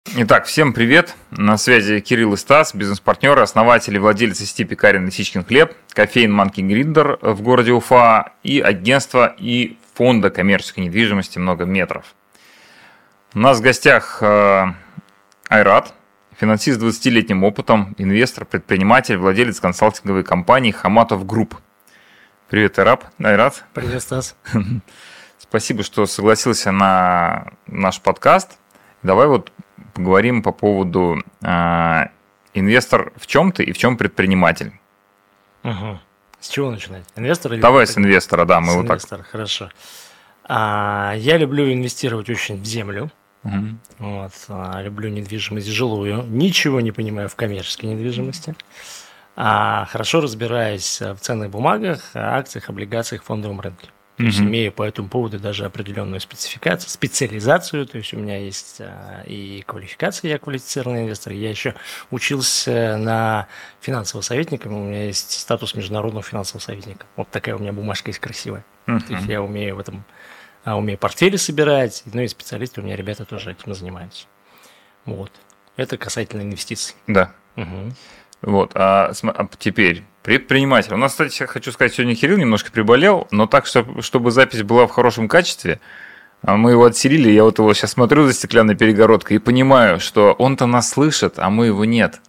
Итак, всем привет. На связи Кирилл и Стас, бизнес-партнеры, основатели, владельцы сети пекарен «Лисичкин хлеб», кофеин «Манки Гриндер» в городе Уфа и агентства и фонда коммерческой недвижимости «Много метров». У нас в гостях Айрат, финансист с 20-летним опытом, инвестор, предприниматель, владелец консалтинговой компании «Хаматов Групп». Привет, Айрат. Привет, Стас. Спасибо, что согласился на наш подкаст. Давай вот поговорим по поводу инвестор в чем ты и в чем предприниматель. Угу. С чего начинать? Инвестор или Давай с инвестора, да, мы с вот инвестора, так. Хорошо. Я люблю инвестировать очень в землю. Вот, люблю недвижимость жилую. Ничего не понимаю в коммерческой недвижимости. Хорошо разбираюсь в ценных бумагах, акциях, облигациях, фондовом рынке. То есть имею по этому поводу даже определенную специализацию. То есть у меня есть и квалификация, я квалифицированный инвестор. Я еще учился на финансового советника. У меня есть статус международного финансового советника. Вот такая у меня бумажка есть красивая. То есть я умею в этом, умею портфели собирать. Ну и специалисты у меня, ребята, тоже этим занимаются. Вот. Это касательно инвестиций. Да. Вот, теперь предприниматель. У нас, кстати, хочу сказать, сегодня Кирилл немножко приболел, но так, чтобы запись была в хорошем качестве. Мы его отселили, я вот его сейчас смотрю за стеклянной перегородкой и понимаю, что он-то нас слышит, а мы его нет.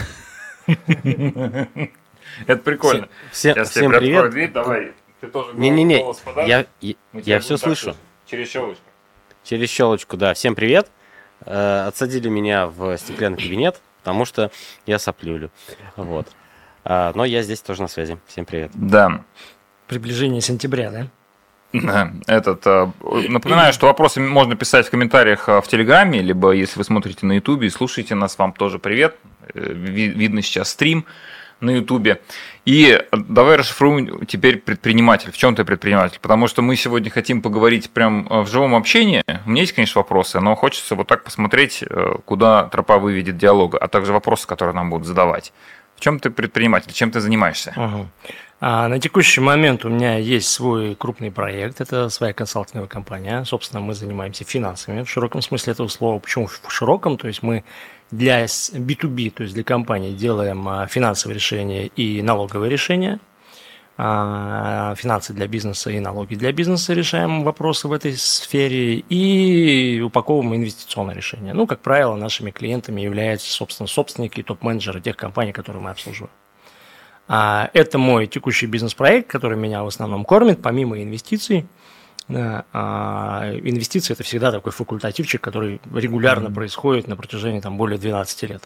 Это прикольно. Всем привет. Дверь, давай. Ты тоже голос подашь? Я все слышу. Через щелочку. Через щелочку, да. Всем привет. Отсадили меня в стеклянный кабинет, потому что я соплюлю. Вот. Но я здесь тоже на связи. Всем привет. Да. Приближение сентября, да? Напоминаю, что вопросы можно писать в комментариях в Телеграме, либо если вы смотрите на Ютубе и слушаете нас, вам тоже привет. Видно сейчас стрим на Ютубе. И давай расшифруем теперь предприниматель. В чем ты предприниматель? Потому что мы сегодня хотим поговорить прям в живом общении. У меня есть, конечно, вопросы, но хочется вот так посмотреть, куда тропа выведет диалога, а также вопросы, которые нам будут задавать. В чем ты предприниматель? Чем ты занимаешься? На текущий момент у меня есть свой крупный проект. Это своя консалтинговая компания. Собственно, мы занимаемся финансами в широком смысле этого слова. Почему в широком? То есть мы для B2B, то есть для компаний, делаем финансовые решения и налоговые решения. Финансы для бизнеса и налоги для бизнеса решаем вопросы в этой сфере и упаковываем инвестиционные решения. Ну, как правило, нашими клиентами являются, собственно, собственники и топ-менеджеры тех компаний, которые мы обслуживаем. Это мой текущий бизнес-проект, который меня в основном кормит, помимо инвестиций. Инвестиции – это всегда такой факультативчик, который регулярно происходит на протяжении более 12 лет.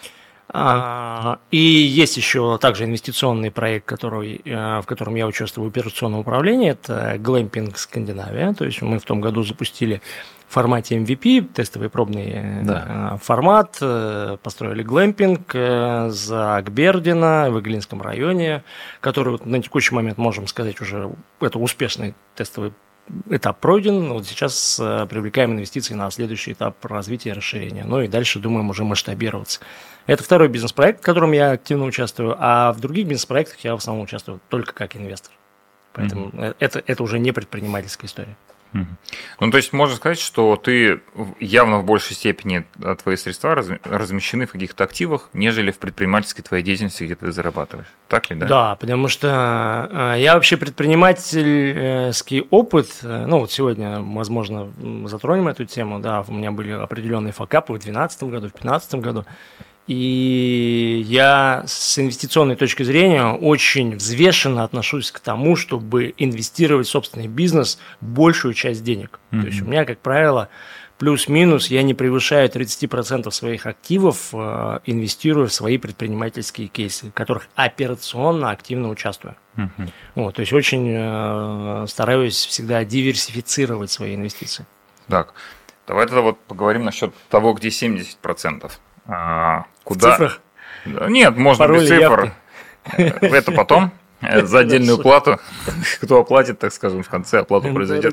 И есть еще также инвестиционный проект, в котором я участвую в операционном управлении. Это Glamping Скандинавия. То есть мы в том году запустили в формате MVP, тестовый пробный формат, построили глэмпинг за Гбердино в Иглинском районе, который на текущий момент, можем сказать, уже это успешный тестовый этап пройден. Вот сейчас привлекаем инвестиции на следующий этап развития и расширения. Ну и дальше думаем уже масштабироваться. Это второй бизнес-проект, в котором я активно участвую, а в других бизнес-проектах я в основном участвую только как инвестор. Поэтому это уже не предпринимательская история. Ну, то есть можно сказать, что ты явно в большей степени твои средства размещены в каких-то активах, нежели в предпринимательской твоей деятельности, где ты зарабатываешь. Так ли, да? Да, потому что я вообще предпринимательский опыт, ну вот сегодня, возможно, затронем эту тему, да, у меня были определенные факапы в 2012 году, в 2015 году. И я с инвестиционной точки зрения очень взвешенно отношусь к тому, чтобы инвестировать в собственный бизнес большую часть денег. То есть у меня, как правило, плюс-минус я не превышаю 30% своих активов, инвестируя в свои предпринимательские кейсы, в которых операционно активно участвую. Вот, то есть очень стараюсь всегда диверсифицировать свои инвестиции. Так, давай тогда вот поговорим насчет того, где 70%. Куда? В цифрах? Нет, можно без цифр. Это потом. За отдельную плату. Кто оплатит, так скажем, в конце оплату произведет.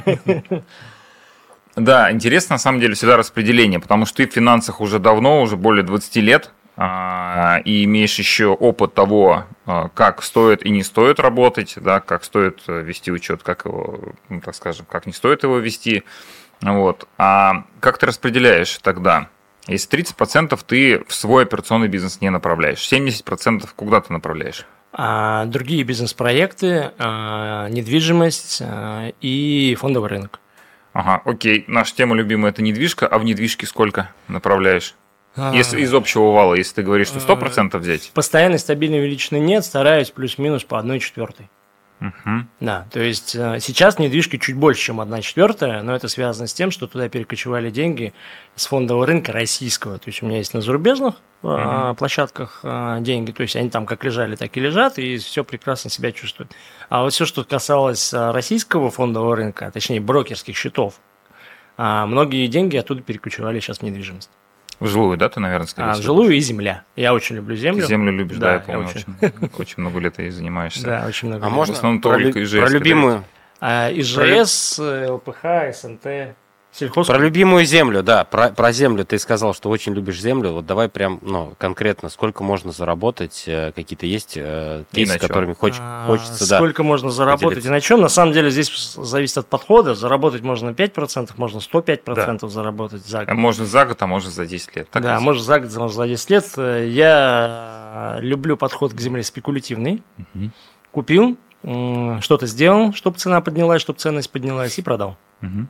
Да, интересно на самом деле всегда распределение, потому что ты в финансах уже давно, уже более 20 лет, и имеешь еще опыт того, как стоит и не стоит работать, да, как стоит вести учет, как его, ну, так скажем, как не стоит его вести. Вот. А как ты распределяешь тогда Если 30% ты в свой операционный бизнес не направляешь, 70% куда ты направляешь? Другие бизнес-проекты, недвижимость и фондовый рынок. Ага, окей. Наша тема любимая – это недвижка, а в недвижке сколько направляешь? Если из общего вала, если ты говоришь, что 100% взять? Постоянной стабильной величины нет, стараюсь плюс-минус по 1/4. Угу. Да, то есть сейчас недвижки чуть больше, чем 1/4, но это связано с тем, что туда перекочевали деньги с фондового рынка российского. То есть у меня есть на зарубежных площадках деньги, то есть они там как лежали, так и лежат, и все прекрасно себя чувствуют. А вот все, что касалось российского фондового рынка, точнее брокерских счетов, многие деньги оттуда перекочевали сейчас в недвижимость. В жилую, да, ты, наверное, скорее всего? В жилую и земля. Я очень люблю землю. Ты землю любишь, да, я помню. очень. Очень много лет ей занимаешься. Да, очень много. А лет. можно В основном про только ИЖС. про любимую... ИЖС, ЛПХ, СНТ, сельхоз. Про любимую землю, да, про землю ты сказал, что очень любишь землю. Вот давай прям, конкретно, сколько можно заработать, какие-то есть кейсы, которыми хочется, да. Сколько можно заработать и на чем? На самом деле здесь зависит от подхода. Заработать можно 5%, можно 105% заработать за год. Можно за год, а можно за 10 лет. Так можно за год, можно за 10 лет. Я люблю подход к земле спекулятивный. Угу. Купил, что-то сделал, чтобы цена поднялась, чтобы ценность поднялась, и продал. Угу.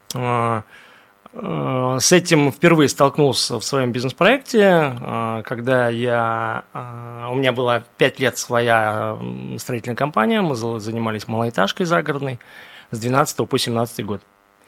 С этим впервые столкнулся в своем бизнес-проекте, когда у меня была 5 лет своя строительная компания, мы занимались малоэтажкой загородной с 12 по 17 год.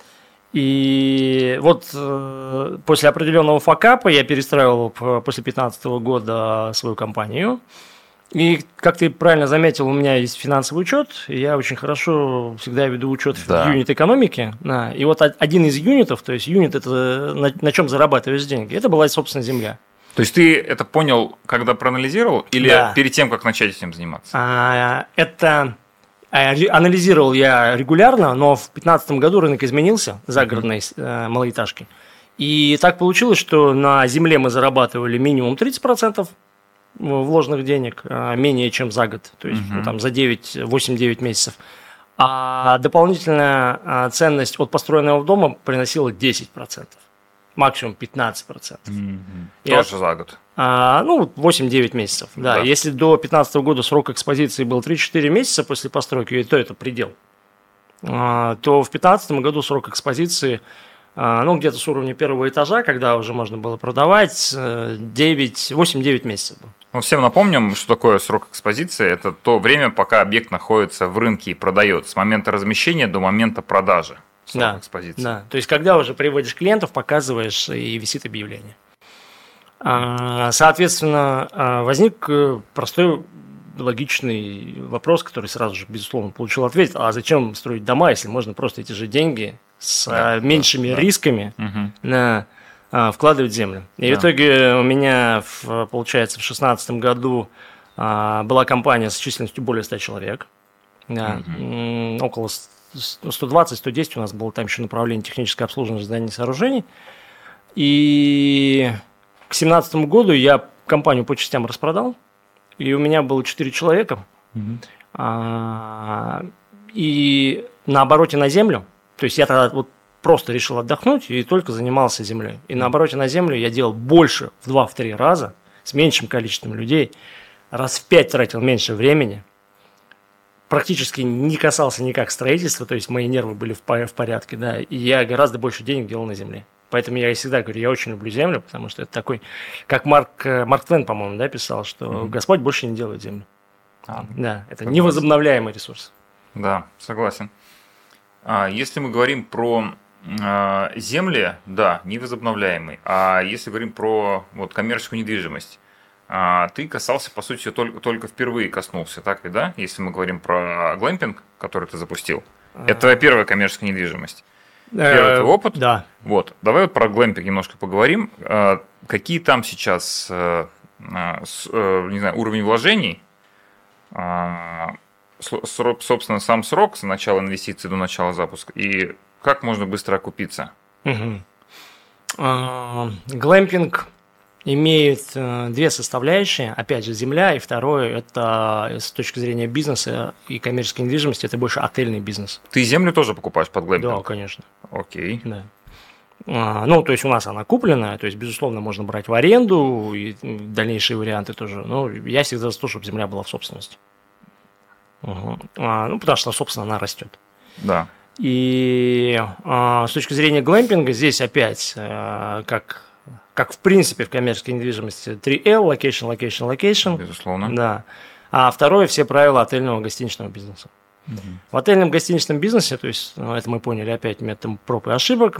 И вот после определенного факапа я перестраивал после 15 года свою компанию. И, как ты правильно заметил, у меня есть финансовый учет, и я очень хорошо всегда веду учет в юнит экономики. Да. И вот один из юнитов, то есть юнит – это на чем зарабатываешь деньги, это была, собственно, земля. То есть ты это понял, когда проанализировал, или перед тем, как начать этим заниматься? Это анализировал я регулярно, но в 2015 году рынок изменился, загородной малоэтажки. И так получилось, что на земле мы зарабатывали минимум 30%. Вложенных денег менее чем за год, то есть там за 8-9 месяцев. А дополнительная ценность от построенного дома приносила 10%, максимум 15%. Тоже за год. 8-9 месяцев. Да. Если до 2015 года срок экспозиции был 3-4 месяца после постройки, то это предел, то в 2015 году срок экспозиции где-то с уровня первого этажа, когда уже можно было продавать, 8-9 месяцев был. Всем напомним, что такое срок экспозиции. Это то время, пока объект находится в рынке и продает, с момента размещения до момента продажи. Срок экспозиции. Да, то есть, когда уже приводишь клиентов, показываешь и висит объявление. Соответственно, возник простой логичный вопрос, который сразу же, безусловно, получил ответ. А зачем строить дома, если можно просто эти же деньги с меньшими рисками вкладывать в землю? И в итоге у меня, получается, в 2016 году была компания с численностью более 100 человек. Около 120-110 у нас было там еще направление техническое обслуживание зданий и сооружений. И к 2017 году я компанию по частям распродал. И у меня было 4 человека. И на обороте на землю, то есть я тогда просто решил отдохнуть и только занимался землей. И на обороте на землю я делал больше в 2-3 раза, с меньшим количеством людей, раз в 5 тратил меньше времени, практически не касался никак строительства, то есть мои нервы были в порядке, да, и я гораздо больше денег делал на земле. Поэтому я всегда говорю, я очень люблю землю, потому что это такой, как Марк Твен, по-моему, писал, что Господь больше не делает землю. Да, это невозобновляемый ресурс. Да, согласен. Если мы говорим про земли, да, невозобновляемый. А если говорим про коммерческую недвижимость, ты касался, по сути, только впервые коснулся, так ли, да? Если мы говорим про глэмпинг, который ты запустил, это твоя первая коммерческая недвижимость. Первый твой опыт? Да. Давай про глэмпинг немножко поговорим. Какие там сейчас, не знаю, уровень вложений, собственно, сам срок с начала инвестиций до начала запуска, и как можно быстро окупиться? Глэмпинг имеет две составляющие. Опять же, земля, и второе, это с точки зрения бизнеса и коммерческой недвижимости, это больше отельный бизнес. Ты землю тоже покупаешь под глэмпинг? Да, конечно. Окей. Да. Ну, то есть у нас она купленная, то есть, безусловно, можно брать в аренду, и дальнейшие варианты тоже. Но я всегда за то, чтобы земля была в собственности. Ну, потому что, собственно, она растет. Да. И с точки зрения глэмпинга, здесь опять, как в принципе в коммерческой недвижимости, 3L, location, location, location. Безусловно. Да. А второе, все правила отельного гостиничного бизнеса. В отельном гостиничном бизнесе, то есть, это мы поняли опять методом проб и ошибок,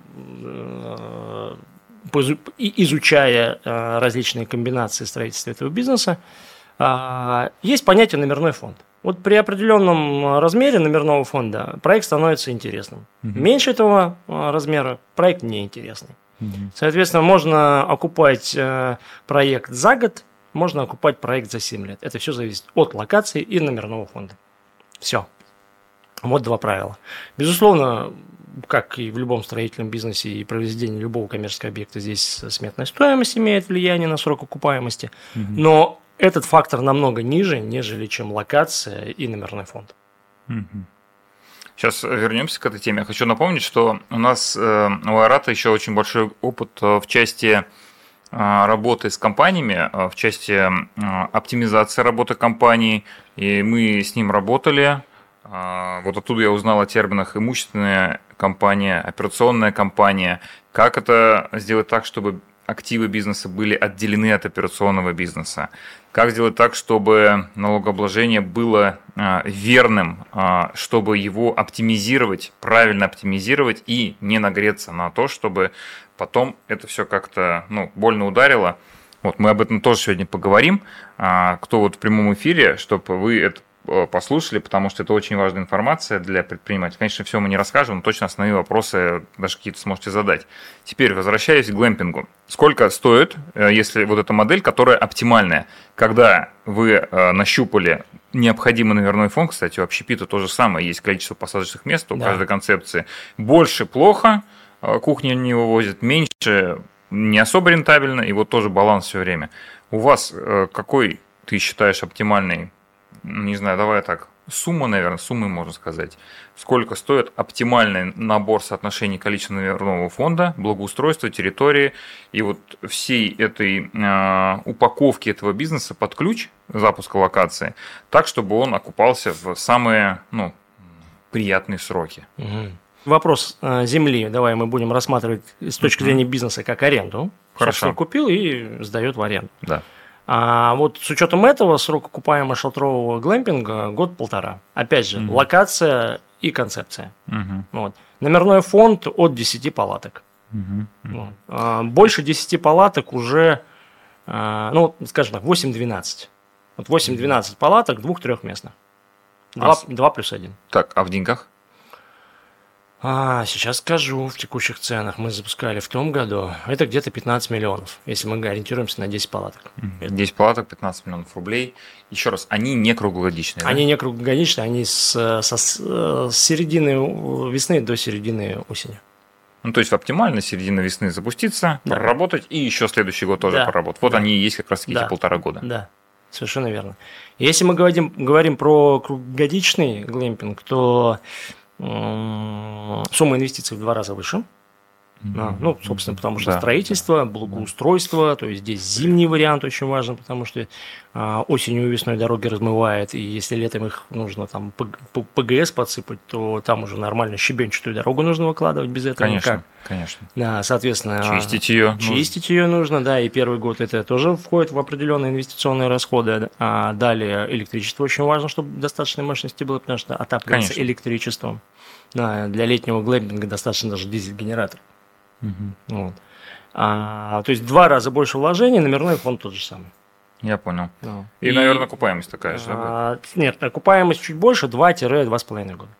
изучая различные комбинации строительства этого бизнеса, есть понятие номерной фонд. Вот при определенном размере номерного фонда проект становится интересным. Меньше этого размера проект неинтересный. Соответственно, можно окупать проект за год, можно окупать проект за 7 лет. Это все зависит от локации и номерного фонда. Все. Вот два правила. Безусловно, как и в любом строительном бизнесе и проведении любого коммерческого объекта, здесь сметная стоимость имеет влияние на срок окупаемости, но этот фактор намного ниже, нежели чем локация и номерной фонд. Сейчас вернемся к этой теме. Я хочу напомнить, что у нас у Айрата еще очень большой опыт в части работы с компаниями, в части оптимизации работы компаний, и мы с ним работали. Вот оттуда я узнал о терминах имущественная компания, операционная компания. Как это сделать так, чтобы активы бизнеса были отделены от операционного бизнеса? Как сделать так, чтобы налогообложение было верным, чтобы его оптимизировать, правильно оптимизировать и не нагреться на то, чтобы потом это все как-то больно ударило. Вот мы об этом тоже сегодня поговорим. Кто вот в прямом эфире, чтобы вы это послушали, потому что это очень важная информация для предпринимателей. Конечно, все мы не расскажем, но точно основные вопросы даже какие-то сможете задать. Теперь, возвращаясь к глэмпингу. Сколько стоит, если вот эта модель, которая оптимальная, когда вы нащупали необходимый номерной фонд, кстати, у общепита то же самое, есть количество посадочных мест у каждой концепции. Больше плохо, кухня не вывозит, меньше не особо рентабельно, и вот тоже баланс все время. У вас какой, ты считаешь, оптимальный, не знаю, давай так, сумма, наверное, суммы можно сказать. Сколько стоит оптимальный набор соотношений количества номерного фонда, благоустройства территории и вот всей этой упаковки этого бизнеса под ключ запуска локации, так, чтобы он окупался в самые приятные сроки. Вопрос земли давай мы будем рассматривать с точки зрения бизнеса как аренду. Хорошо. Собственно, купил и сдает в аренду. Да. А вот с учетом этого срок окупаемого шатрового глэмпинга год-полтора. Опять же, локация и концепция. Вот. Номерной фонд от 10 палаток. Вот. Больше 10 палаток уже, скажем так, 8-12. Вот 8-12 палаток, 2-3-местных. 2 плюс 1. Так, а в деньгах? Сейчас скажу, в текущих ценах мы запускали в том году, это где-то 15 миллионов, если мы ориентируемся на 10 палаток. 10 палаток, 15 миллионов рублей. Еще раз, они не круглогодичные, Они не круглогодичные, они с середины весны до середины осени. То есть в оптимальной середине весны запуститься, проработать и еще следующий год тоже проработать. Вот они и есть как раз эти 1,5 года. Да, совершенно верно. Если мы говорим про круглогодичный глэмпинг, то сумма инвестиций в 2 раза выше. Собственно, потому что строительство, благоустройство, то есть здесь зимний вариант очень важен, потому что осенью и весной дороги размывает, и если летом их нужно там ПГС подсыпать, то там уже нормально щебенчатую дорогу нужно выкладывать, без этого никак. Конечно. Да, соответственно, чистить ее нужно, да, и первый год это тоже входит в определенные инвестиционные расходы. А далее электричество очень важно, чтобы достаточной мощности было, потому что отапливается электричеством. Да, для летнего глэмпинга достаточно даже дизель-генератор. Вот. То есть 2 раза больше вложений, номерной фонд тот же самый. Я понял. И, наверное, окупаемость такая же. Нет, окупаемость чуть больше, 2-2,5 года.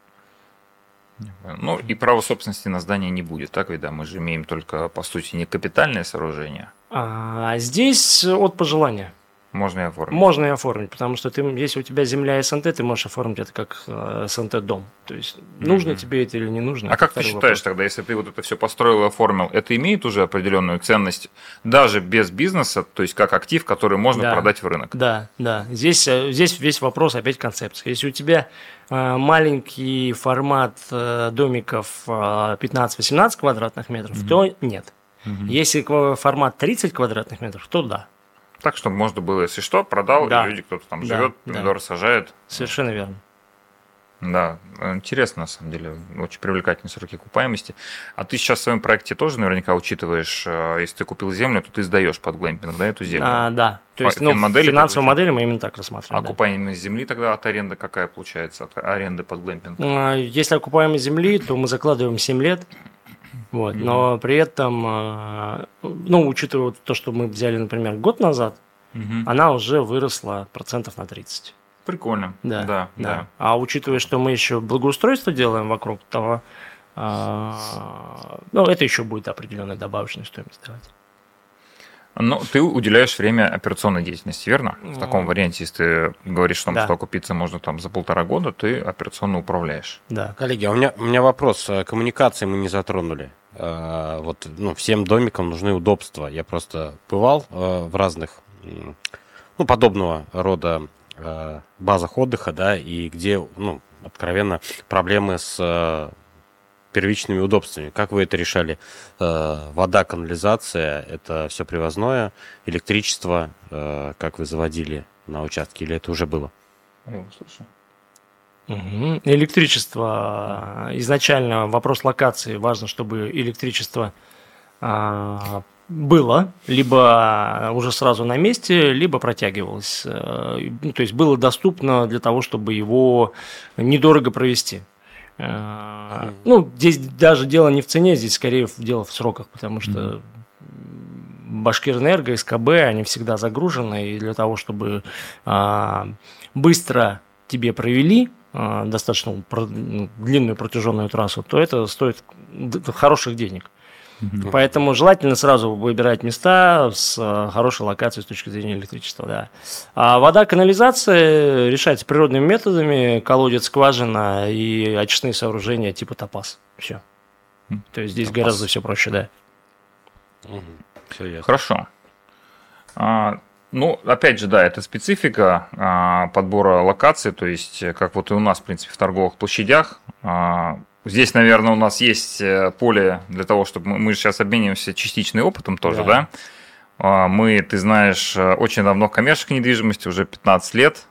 И права собственности на здание не будет, так ведь, да? Мы же имеем только, по сути, не капитальное сооружение. Здесь от пожелания. Можно и оформить. Можно и оформить, потому что если у тебя земля СНТ, ты можешь оформить это как СНТ-дом. То есть, нужно тебе это или не нужно. А как ты считаешь тогда, если ты вот это все построил и оформил, это имеет уже определенную ценность, даже без бизнеса, то есть как актив, который можно продать в рынок? Да. Здесь весь вопрос опять концепции. Если у тебя маленький формат домиков 15-18 квадратных метров, то нет. Если формат 30 квадратных метров, то да. Так, чтобы можно было, если что, продал, и люди, кто-то там живет, помидоры сажает. Совершенно верно. Да, интересно, на самом деле, очень привлекательные сроки окупаемости. А ты сейчас в своем проекте тоже наверняка учитываешь, если ты купил землю, то ты сдаешь под глэмпинг, да, эту землю? Да, то есть финансовую модель мы именно так рассматриваем. А окупаемость земли тогда от аренды какая получается, от аренды под глэмпинг? Если окупаемость земли, то мы закладываем 7 лет. Вот, но при этом, учитывая то, что мы взяли, например, год назад, она уже выросла процентов на 30. Прикольно. Да. А учитывая, что мы еще благоустройство делаем вокруг того, это еще будет определенная добавочная стоимость давать. Но ты уделяешь время операционной деятельности, верно? В таком варианте, если ты говоришь, что окупиться можно там за 1,5 года, ты операционно управляешь. Да. Коллеги, у меня вопрос. Коммуникации мы не затронули. Всем домикам нужны удобства. Я просто бывал в разных, подобного рода базах отдыха, да, и где, откровенно, проблемы с первичными удобствами. Как вы это решали? Вода, канализация, это все привозное, электричество, как вы заводили на участке, или это уже было? Электричество. Изначально вопрос локации. Важно, чтобы электричество было, либо уже сразу на месте, либо протягивалось. То есть было доступно для того, чтобы его недорого провести. Здесь даже дело не в цене, здесь скорее дело в сроках, потому что Башкирэнерго, СКБ, они всегда загружены, и для того, чтобы быстро тебе провели достаточно длинную протяженную трассу, то это стоит хороших денег. Поэтому желательно сразу выбирать места с хорошей локацией с точки зрения электричества. Да. А вода, канализация решается природными методами, колодец, скважина и очистные сооружения типа топаз. Все. То есть здесь гораздо все проще, да. Хорошо. Опять же, да, это специфика подбора локаций, то есть, как вот и у нас, в принципе, в торговых площадях. Здесь, наверное, у нас есть поле для того, чтобы мы сейчас обмениваемся частичным опытом тоже, да? Мы, ты знаешь, очень давно в коммерческой недвижимости, уже 15 лет.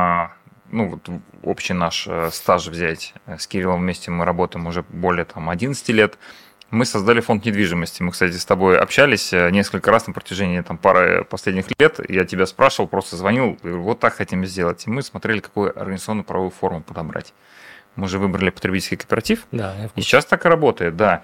Общий наш стаж взять с Кириллом вместе мы работаем уже более 11 лет. Мы создали фонд недвижимости. Мы, кстати, с тобой общались несколько раз на протяжении пары последних лет. Я тебя спрашивал, просто звонил, говорю, вот так хотим сделать. И мы смотрели, какую организационно-правовую форму подобрать. Мы же выбрали потребительский кооператив, и сейчас так и работает, да.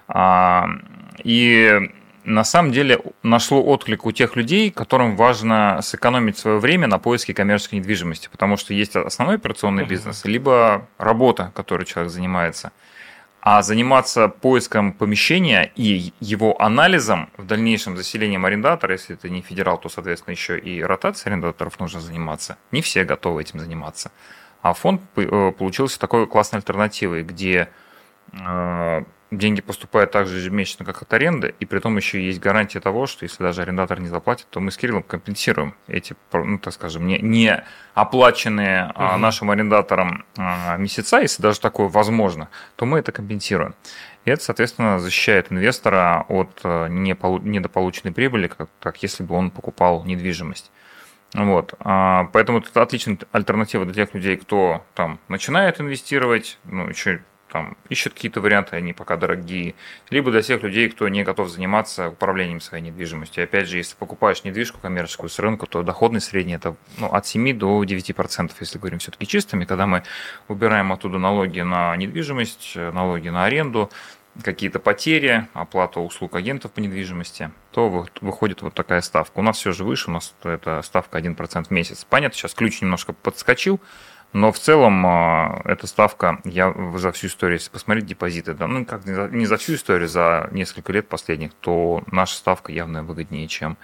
И на самом деле нашло отклик у тех людей, которым важно сэкономить свое время на поиске коммерческой недвижимости, потому что есть основной операционный бизнес, либо работа, которой человек занимается. А заниматься поиском помещения и его анализом, в дальнейшем заселением арендатора, если это не федерал, то, соответственно, еще и ротацией арендаторов нужно заниматься. Не все готовы этим заниматься. А фонд получился такой классной альтернативой, где деньги поступают так же ежемесячно, как от аренды, и при том еще есть гарантия того, что если даже арендатор не заплатит, то мы с Кириллом компенсируем эти, так скажем, не оплаченные нашим арендаторам месяца, если даже такое возможно, то мы это компенсируем. И это, соответственно, защищает инвестора от недополученной прибыли, как если бы он покупал недвижимость. Поэтому это отличная альтернатива для тех людей, кто там начинает инвестировать, еще там ищет какие-то варианты, они пока дорогие, либо для тех людей, кто не готов заниматься управлением своей недвижимостью. И опять же, если покупаешь недвижку коммерческую с рынка, то доходность средняя это от 7 до 9%, если говорим все-таки чистыми, когда мы убираем оттуда налоги на недвижимость, налоги на аренду, какие-то потери, оплата услуг агентов по недвижимости, то выходит вот такая ставка. У нас все же выше, у нас это ставка 1% в месяц. Понятно, сейчас ключ немножко подскочил, но в целом эта ставка, я за всю историю, если посмотреть депозиты, не за всю историю, за несколько лет последних, то наша ставка явно выгоднее, чем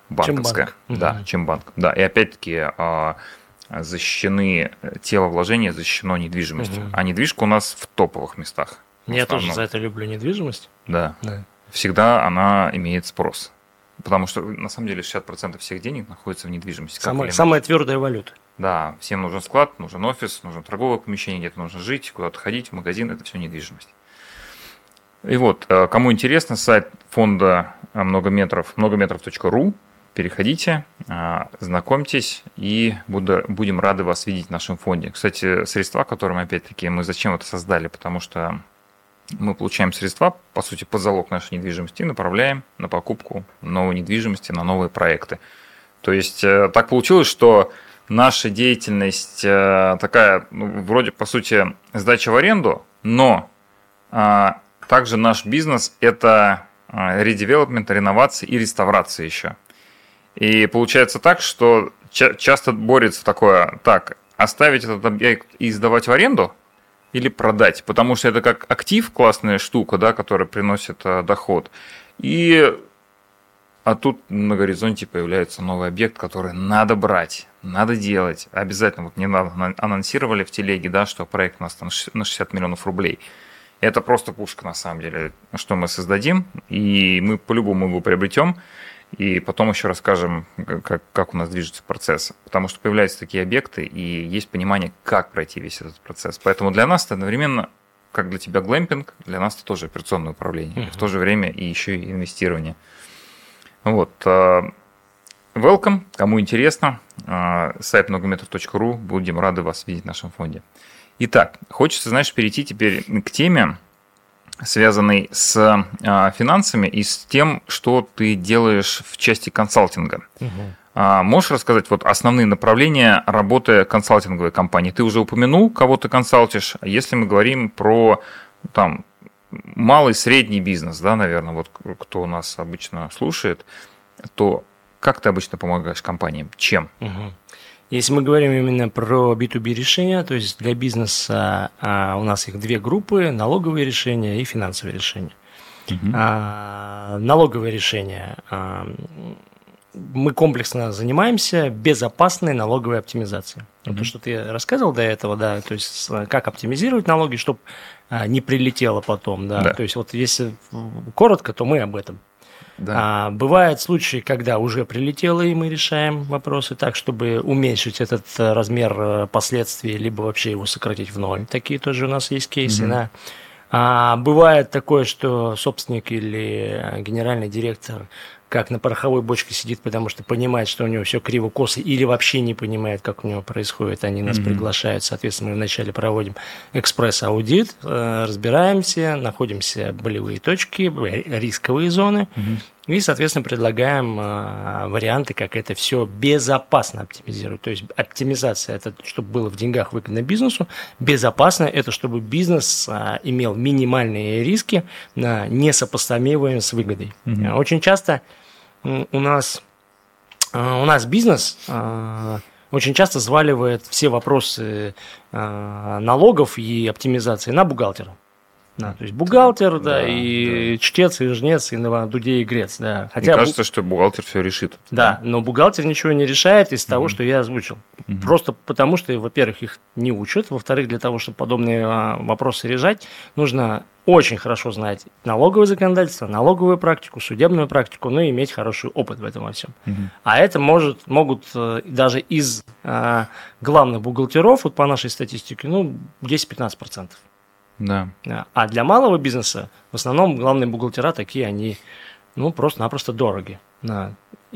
банковская. Да, чем банк. Да, и опять-таки защищены, тело вложения защищено недвижимостью. А недвижка у нас в топовых местах. Я тоже за это люблю недвижимость. Да. Всегда она имеет спрос. Потому что, на самом деле, 60% всех денег находится в недвижимости. Самая твердая валюта. Да, всем нужен склад, нужен офис, нужно торговое помещение, где-то нужно жить, куда-то ходить, в магазин, это все недвижимость. И вот, кому интересно, сайт фонда многометров.ру, переходите, знакомьтесь, и будем рады вас видеть в нашем фонде. Кстати, средства, которые мы зачем это создали, потому что мы получаем средства, по сути, под залог нашей недвижимости и направляем на покупку новой недвижимости, на новые проекты. То есть так получилось, что наша деятельность такая, вроде, по сути, сдача в аренду, но также наш бизнес – это редевелопмент, реновация и реставрация еще. И получается так, что часто борется такое, оставить этот объект и сдавать в аренду или продать, потому что это как актив, классная штука, да, которая приносит доход. А тут на горизонте появляется новый объект, который надо брать, надо делать. Обязательно, вот недавно анонсировали в телеге, да, что проект у нас там на 60 миллионов рублей. Это просто пушка на самом деле, что мы создадим, и мы по-любому его приобретем. И потом еще расскажем, как у нас движется процесс. Потому что появляются такие объекты, и есть понимание, как пройти весь этот процесс. Поэтому для нас это одновременно, как для тебя глэмпинг, для нас это тоже операционное управление. В то же время и еще и инвестирование. Вот. Welcome, кому интересно, сайт многометров.ру, будем рады вас видеть в нашем фонде. Итак, хочется, перейти теперь к теме, связанной с финансами и с тем, что ты делаешь в части консалтинга. Можешь рассказать основные направления работы консалтинговой компании? Ты уже упомянул, кого ты консалтишь. Если мы говорим про малый, средний бизнес, да, наверное, кто нас обычно слушает, то как ты обычно помогаешь компаниям? Чем? Если мы говорим именно про B2B решения, то есть для бизнеса у нас их две группы: налоговые решения и финансовые решения. Налоговые решения мы комплексно занимаемся безопасной налоговой оптимизацией. То, что ты рассказывал до этого, да, то есть как оптимизировать налоги, чтобы не прилетело потом, да. То есть если коротко, то мы об этом. Да. Бывают случаи, когда уже прилетело, и мы решаем вопросы так, чтобы уменьшить этот размер последствий, либо вообще его сократить в ноль. Такие тоже у нас есть кейсы. Да. Бывает такое, что собственник или генеральный директор как на пороховой бочке сидит, потому что понимает, что у него все криво-косо, или вообще не понимает, как у него происходит. Они нас приглашают, соответственно, мы вначале проводим экспресс-аудит, разбираемся, находим болевые точки, рисковые зоны, и, соответственно, предлагаем варианты, как это все безопасно оптимизировать. То есть оптимизация – это чтобы было в деньгах выгодно бизнесу, безопасно – это чтобы бизнес имел минимальные риски, несопоставимые с выгодой. Очень часто у нас бизнес очень часто сваливает все вопросы налогов и оптимизации на бухгалтера. Да, то есть бухгалтер, и чтец, и жнец, и на дуде и грец. Да. Хотя кажется, что бухгалтер все решит. Да, но бухгалтер ничего не решает из того, что я озвучил. Просто потому, что, во-первых, их не учат, во-вторых, для того, чтобы подобные вопросы решать, нужно очень хорошо знать налоговое законодательство, налоговую практику, судебную практику, и иметь хороший опыт в этом во всем. А это могут даже из главных бухгалтеров, по нашей статистике, 10-15%. Да. А для малого бизнеса в основном главные бухгалтера такие, они просто-напросто дороги. Да.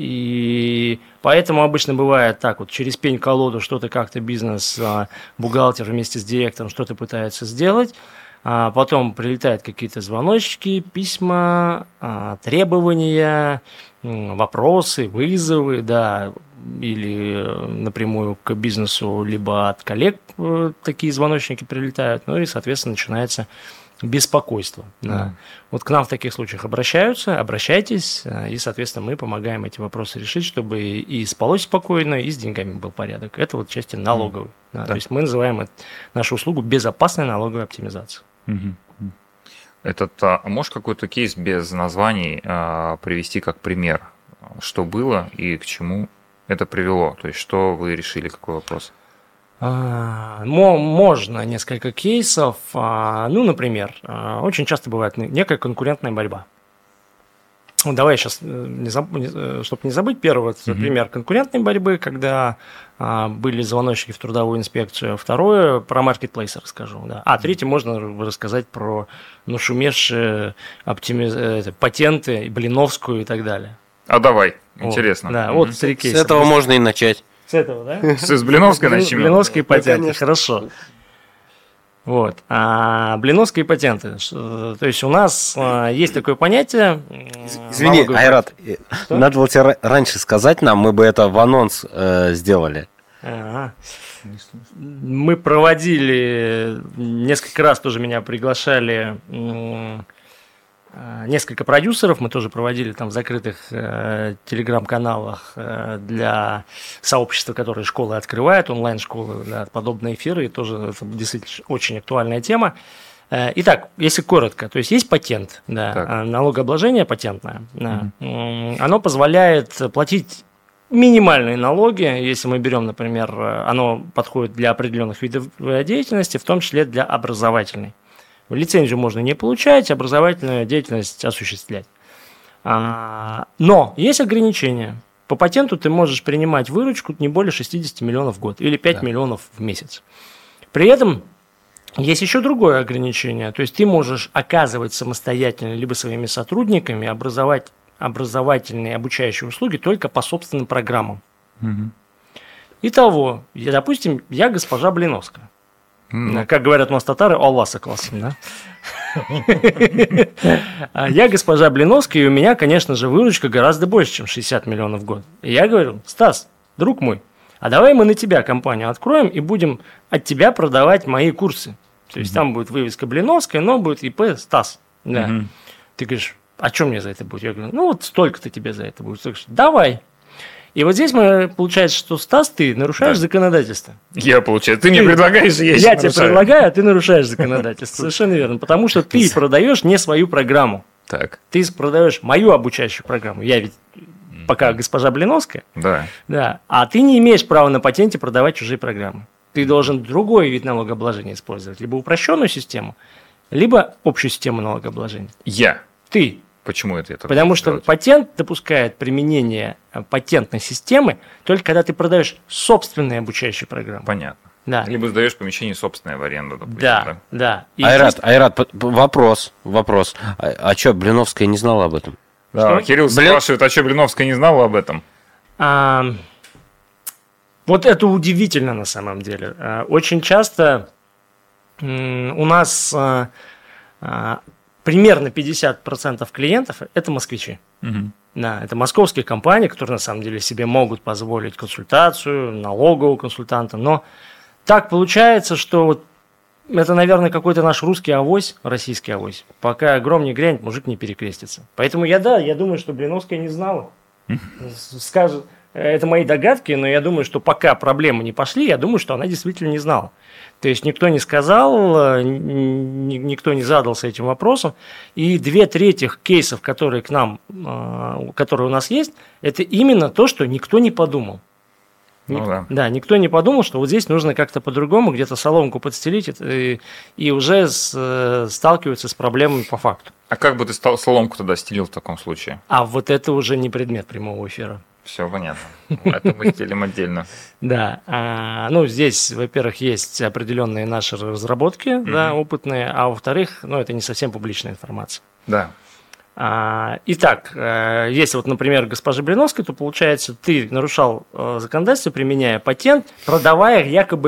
И поэтому обычно бывает так, через пень-колоду что-то как-то бизнес, бухгалтер вместе с директором что-то пытается сделать, а потом прилетают какие-то звоночки, письма, требования, вопросы, вызовы, да, или напрямую к бизнесу, либо от коллег такие звоночники прилетают, и, соответственно, начинается беспокойство. Да. К нам в таких случаях обращайтесь, и, соответственно, мы помогаем эти вопросы решить, чтобы и спалось спокойно, и с деньгами был порядок. Это части налоговой. Да. То есть мы называем нашу услугу безопасной налоговой оптимизацией. А можешь какой-то кейс без названий привести как пример? что было и к чему это привело? То есть, что вы решили, какой вопрос? Можно несколько кейсов. Ну, например, очень часто бывает некая конкурентная борьба. Давай сейчас, чтобы не забыть, первый пример конкурентной борьбы, когда были звоночки в трудовую инспекцию. Второе, про маркетплейсы расскажу. Да. Третье, можно рассказать про нашумевшие патенты, Блиновскую и так далее. Давай, интересно. Да, вот три кейса. С этого можно и начать. С этого, да? С Блиновской начнем. Блиновской патенты, хорошо. Вот. Блиновские патенты. То есть у нас есть такое понятие. Извини, Айрат, надо было тебе раньше сказать нам, мы бы это в анонс сделали. Мы проводили, несколько раз тоже меня приглашали несколько продюсеров, мы тоже проводили там в закрытых телеграм-каналах для сообщества, которые школы открывают, онлайн-школы, да, подобные эфиры, и тоже это действительно очень актуальная тема. Итак, если коротко, то есть патент, да, налогообложение патентное, да, оно позволяет платить минимальные налоги, если мы берем, например, оно подходит для определенных видов деятельности, в том числе для образовательной. Лицензию можно не получать, образовательную деятельность осуществлять. Но есть ограничения. По патенту ты можешь принимать выручку не более 60 миллионов в год или 5 миллионов в месяц. При этом есть еще другое ограничение. То есть ты можешь оказывать самостоятельно либо своими сотрудниками образовательные обучающие услуги только по собственным программам. Итого, допустим, я госпожа Блиновская. Как говорят у нас татары, Алласа классом, да? Я госпожа Блиновская, и у меня, конечно же, выручка гораздо больше, чем 60 миллионов в год. И я говорю: Стас, друг мой, давай мы на тебя компанию откроем и будем от тебя продавать мои курсы. То есть там будет вывеска Блиновская, но будет ИП Стас. Да. Ты говоришь: что мне за это будет? Я говорю: вот столько-то тебе за это будет. Ты говоришь: давай. И вот здесь получается, что, Стас, ты нарушаешь законодательство. Ты мне предлагаешь, я тебе предлагаю, а ты нарушаешь законодательство. Совершенно верно. Потому что ты продаешь не свою программу. Так. Ты продаешь мою обучающую программу. Я ведь пока госпожа Блиновская. Да. Да. А ты не имеешь права на патенте продавать чужие программы. Ты должен другой вид налогообложения использовать. Либо упрощенную систему, либо общую систему налогообложения. Ты. Почему это? Потому что патент допускает применение патентной системы только когда ты продаешь собственные обучающие программы. Понятно. Да. Либо сдаешь помещение собственное в аренду, допустим. Да. Айрат, вопрос. А что, Блиновская не знала об этом? Да, Кирилл спрашивает, а что, Блиновская не знала об этом? Вот это удивительно на самом деле. Очень часто у нас примерно 50% клиентов – это москвичи. Да, это московские компании, которые на самом деле себе могут позволить консультацию, налогового консультанта. Но так получается, что вот это, наверное, какой-то наш русский авось, российский авось. Пока гром не грянет, мужик не перекрестится. Поэтому я думаю, что Блиновская не знала. Скажет, это мои догадки, но я думаю, что пока проблемы не пошли, я думаю, что она действительно не знала. То есть никто не сказал, никто не задался этим вопросом. И 2/3 кейсов, которые которые у нас есть, это именно то, что никто не подумал. Да, никто не подумал, что вот здесь нужно как-то по-другому, где-то соломку подстелить и уже сталкиваться с проблемами по факту. А как бы ты соломку тогда стелил в таком случае? Вот это уже не предмет прямого эфира. Все понятно. Это мы стелим отдельно. Да. Здесь, во-первых, есть определенные наши разработки, опытные, а во-вторых, это не совсем публичная информация. Да. Итак, если вот, например, госпожа Блиновская, то получается, ты нарушал законодательство, применяя патент, продавая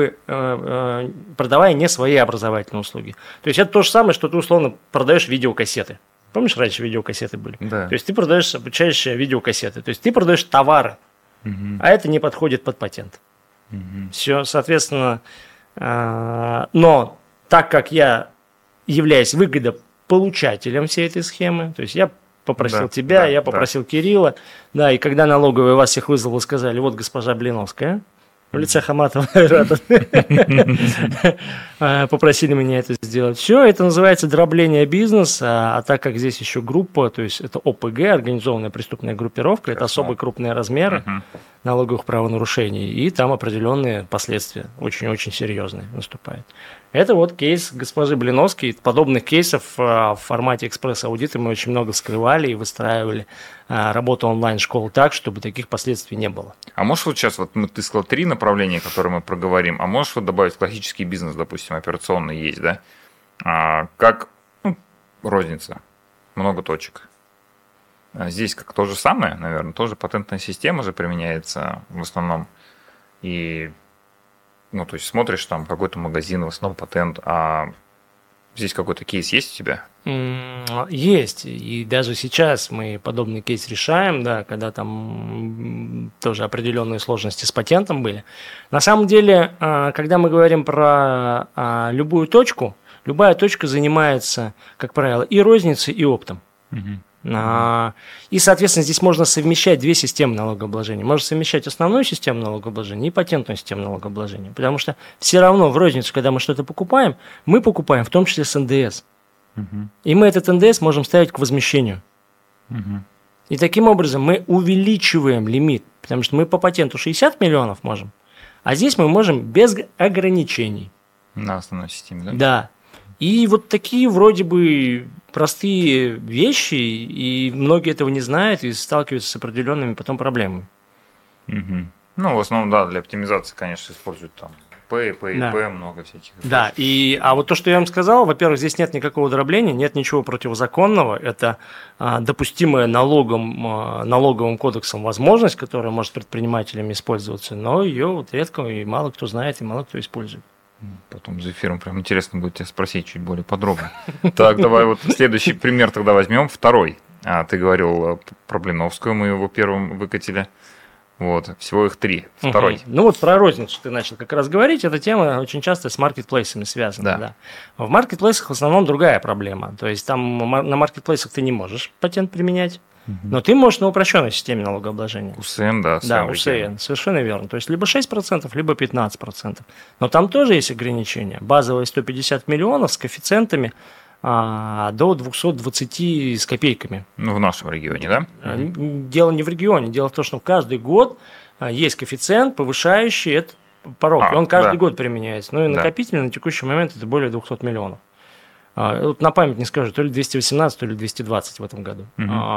не свои образовательные услуги. То есть это то же самое, что ты условно продаешь видеокассеты. Помнишь, раньше видеокассеты были? Да. То есть ты продаешь обучающие видеокассеты. То есть ты продаешь товары, а это не подходит под патент. Все, соответственно, но так как я являюсь выгодополучателем всей этой схемы, то есть я попросил тебя, я попросил Кирилла, и когда налоговая вас всех вызвала, сказали: вот госпожа Блиновская, в лице Хаматова Айрата. попросили меня это сделать. Все, это называется дробление бизнеса, а так как здесь еще группа, то есть это ОПГ, организованная преступная группировка, это особо крупные размеры налоговых правонарушений, и там определенные последствия, очень-очень серьезные наступают. Это вот кейс госпожи Блиновской. Подобных кейсов в формате экспресс-аудита мы очень много вскрывали и выстраивали работу онлайн-школ так, чтобы таких последствий не было. А можешь вот сейчас, ты сказал 3 направления, которые мы проговорим, а можешь вот добавить классический бизнес, допустим, операционный есть, да? Как розница, много точек. Здесь как то же самое, наверное, тоже патентная система же применяется в основном. И, то есть смотришь там какой-то магазин, в основном патент, а здесь какой-то кейс есть у тебя? Есть, и даже сейчас мы подобный кейс решаем, да, когда там тоже определенные сложности с патентом были. На самом деле, когда мы говорим про любую точку, любая точка занимается, как правило, и розницей, и оптом. И, соответственно, здесь можно совмещать 2 системы налогообложения. Можно совмещать основную систему налогообложения и патентную систему налогообложения. Потому что все равно в розницу, когда мы что-то покупаем, мы покупаем в том числе с НДС. И мы этот НДС можем ставить к возмещению. И таким образом мы увеличиваем лимит. Потому что мы по патенту 60 миллионов можем, а здесь мы можем без ограничений. На основной системе, да? Да. И вот такие вроде бы простые вещи, и многие этого не знают и сталкиваются с определенными потом проблемами. В основном, да, для оптимизации, конечно, используют там ИП, много всяких. Да, а вот то, что я вам сказал, во-первых, здесь нет никакого дробления, нет ничего противозаконного, это допустимая налоговым кодексом возможность, которая может предпринимателями использоваться, но ее вот редко и мало кто знает, и мало кто использует. Потом за эфиром прям интересно будет тебя спросить чуть более подробно. Так, давай вот следующий пример тогда возьмем, второй. Ты говорил про Блиновскую, мы его первым выкатили. Вот, всего их 3. Второй. Вот про розницу ты начал как раз говорить. Эта тема очень часто с маркетплейсами связана. Да. В маркетплейсах в основном другая проблема. То есть там на маркетплейсах ты не можешь патент применять, но ты можешь на упрощенной системе налогообложения. УСН, да. Да, УСН, совершенно верно. То есть либо 6%, либо 15%. Но там тоже есть ограничения. Базовые 150 миллионов с коэффициентами до 220 с копейками. В нашем регионе, да? Дело не в регионе. Дело в том, что каждый год есть коэффициент, повышающий этот порог. И он каждый год применяется. И накопительно на текущий момент это более 200 миллионов. Вот на память не скажу, то ли 218, то ли 220 в этом году.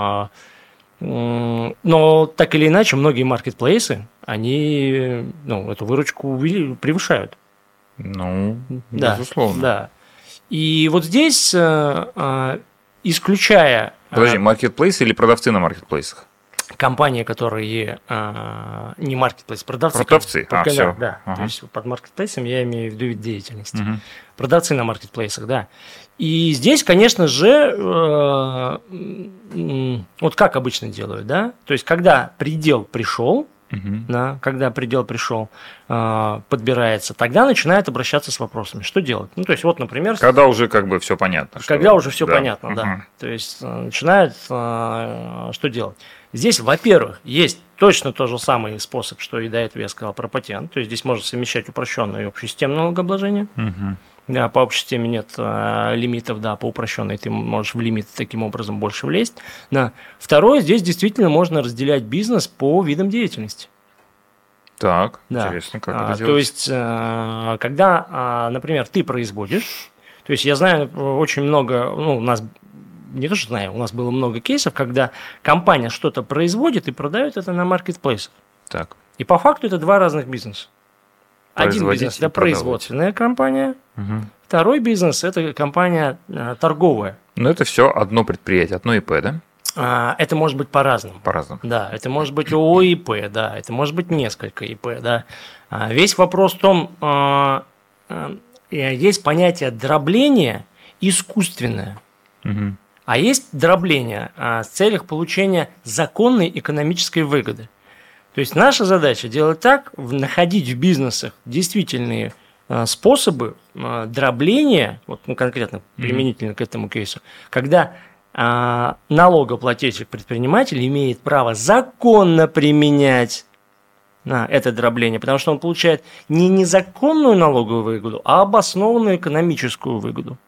Но так или иначе, многие маркетплейсы, они эту выручку превышают. Безусловно. Да. И вот здесь, исключая... Подожди, маркетплейсы или продавцы на маркетплейсах? Компании, которые не маркетплейс, продавцы. Продавцы, все. Да. То есть под маркетплейсом я имею в виду вид деятельности. Продавцы на маркетплейсах, да. И здесь, конечно же, вот как обычно делают, да? То есть, когда предел пришел, подбирается, тогда начинают обращаться с вопросами, что делать. То есть, вот, например... Когда уже как бы все понятно. Когда уже все понятно, да. То есть, начинают что делать. Здесь, во-первых, есть точно тот же самый способ, что и до этого я сказал про патент. То есть, здесь можно совмещать упрощенную и общую систему налогообложения. Да, по общей системе нет лимитов, да, по упрощенной ты можешь в лимит таким образом больше влезть. Да. Второе, здесь действительно можно разделять бизнес по видам деятельности. Так, интересно, как это делать? То есть, когда, например, ты производишь, то есть я знаю очень много, у нас, не то что знаю, у нас было много кейсов, когда компания что-то производит и продает это на маркетплейсах. Так. И по факту это 2 разных бизнеса. Один бизнес – это производственная компания, второй бизнес – это компания торговая. Но это все одно предприятие, одно ИП, да? Это может быть по-разному. По-разному. Да, это может быть ООО и ИП, да, это может быть несколько ИП, да. Весь вопрос в том, есть понятие дробления искусственное, а есть дробление в целях получения законной экономической выгоды. То есть наша задача делать так, находить в бизнесах действительные способы дробления, вот конкретно применительно к этому кейсу, когда налогоплательщик-предприниматель имеет право законно применять это дробление, потому что он получает не незаконную налоговую выгоду, а обоснованную экономическую выгоду.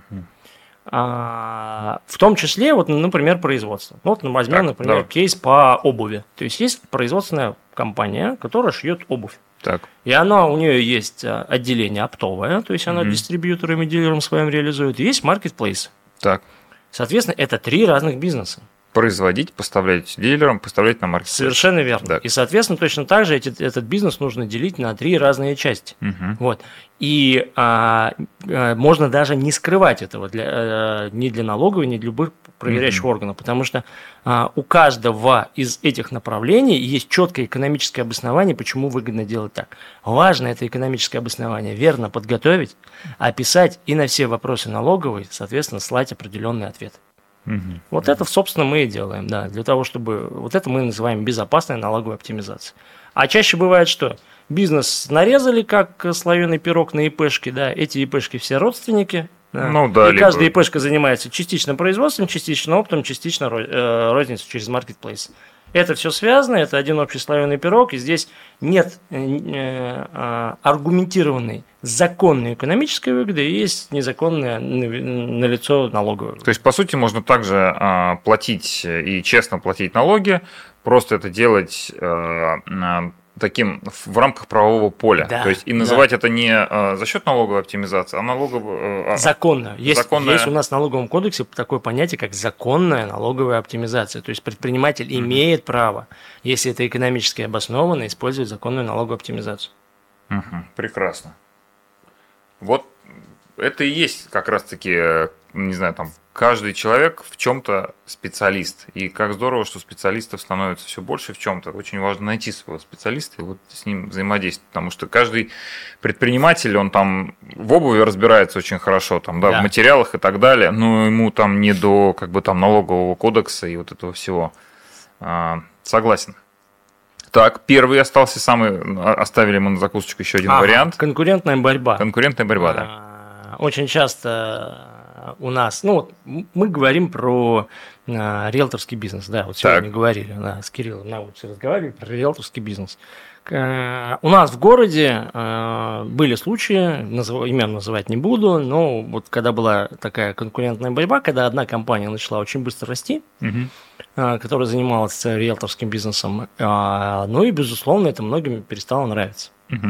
В том числе, вот, например, производство. Вот возьмем, например, кейс по обуви. То есть есть производственная компания, которая шьет обувь. Так. И у нее есть отделение оптовое, то есть она дистрибьюторам и дилерам своим реализует, и есть маркетплейс. Так. Соответственно, это 3 разных бизнеса. Производить, поставлять дилерам, поставлять на маркетплейс. Совершенно верно. Да. И, соответственно, точно так же этот бизнес нужно делить на 3 разные части. Вот. И можно даже не скрывать этого ни для налоговой, ни для любых проверяющих органов, потому что у каждого из этих направлений есть четкое экономическое обоснование, почему выгодно делать так. Важно это экономическое обоснование верно подготовить, описать и на все вопросы налоговой, соответственно, слать определенный ответ. Вот это, собственно, мы и делаем, да, для того, чтобы... Вот это мы называем безопасной налоговой оптимизацией. А чаще бывает, что бизнес нарезали, как слоеный пирог на ИПшки, да, эти ИПшки все родственники, да, и каждая ИПшка занимается частично производством, частично оптом, частично розницей через маркетплейс. Это все связано, это один общий слоеный пирог, и здесь нет аргументированной законной экономической выгоды, и есть незаконная налицо налоговая выгода. То есть, по сути, можно также платить и честно платить налоги, просто это делать таким в рамках правового поля. Да, то есть и называть это не за счет налоговой оптимизации, а налоговой... Законно. Есть у нас в налоговом кодексе такое понятие, как законная налоговая оптимизация. То есть предприниматель имеет право, если это экономически обоснованно, использовать законную налоговую оптимизацию. Прекрасно. Вот это и есть как раз-таки, не знаю, там каждый человек в чем-то специалист. И как здорово, что специалистов становится все больше в чем-то. Очень важно найти своего специалиста и вот с ним взаимодействовать. Потому что каждый предприниматель, он там в обуви разбирается очень хорошо, там, да, в материалах и так далее, но ему там не до как бы там налогового кодекса и вот этого всего. Согласен. Так, первый остался оставили мы на закусочку еще один вариант. Конкурентная борьба. Конкурентная борьба, да. Очень часто у нас, мы говорим про риэлторский бизнес, да, вот сегодня говорили, с Кириллом на улице разговаривали про риэлторский бизнес. У нас в городе были случаи, имен называть не буду, но вот когда была такая конкурентная борьба, когда одна компания начала очень быстро расти, которая занималась риэлторским бизнесом, и, безусловно, это многим перестало нравиться.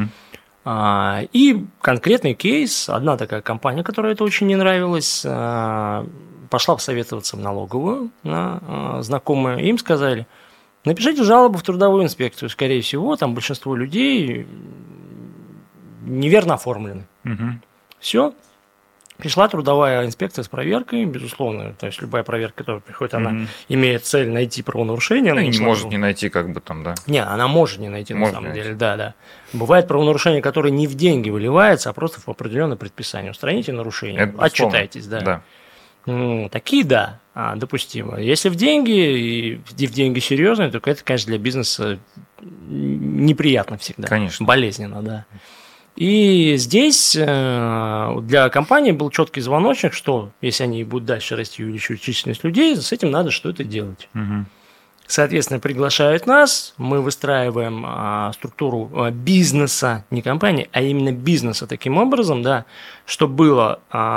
И конкретный кейс, одна такая компания, которой это очень не нравилось, пошла посоветоваться в налоговую, знакомые, им сказали: напишите жалобу в трудовую инспекцию, скорее всего, там большинство людей неверно оформлены. Все. Пришла трудовая инспекция с проверкой, безусловно, то есть любая проверка, которая приходит, она имеет цель найти правонарушение. Она не может не найти, как бы там, да. Не, она может не найти, на самом деле, да. Бывает правонарушение, которое не в деньги выливается, а просто в определенное предписание. Устраните нарушение, отчитайтесь, да. Такие, да, допустимо. Если в деньги, и в деньги серьезные, то это, конечно, для бизнеса неприятно всегда. Конечно. Болезненно, да. И здесь для компании был четкий звоночек, что если они будут дальше расти и увеличивать численность людей, с этим надо что-то делать. Соответственно, приглашают нас, мы выстраиваем структуру бизнеса, не компании, а именно бизнеса таким образом, да, чтобы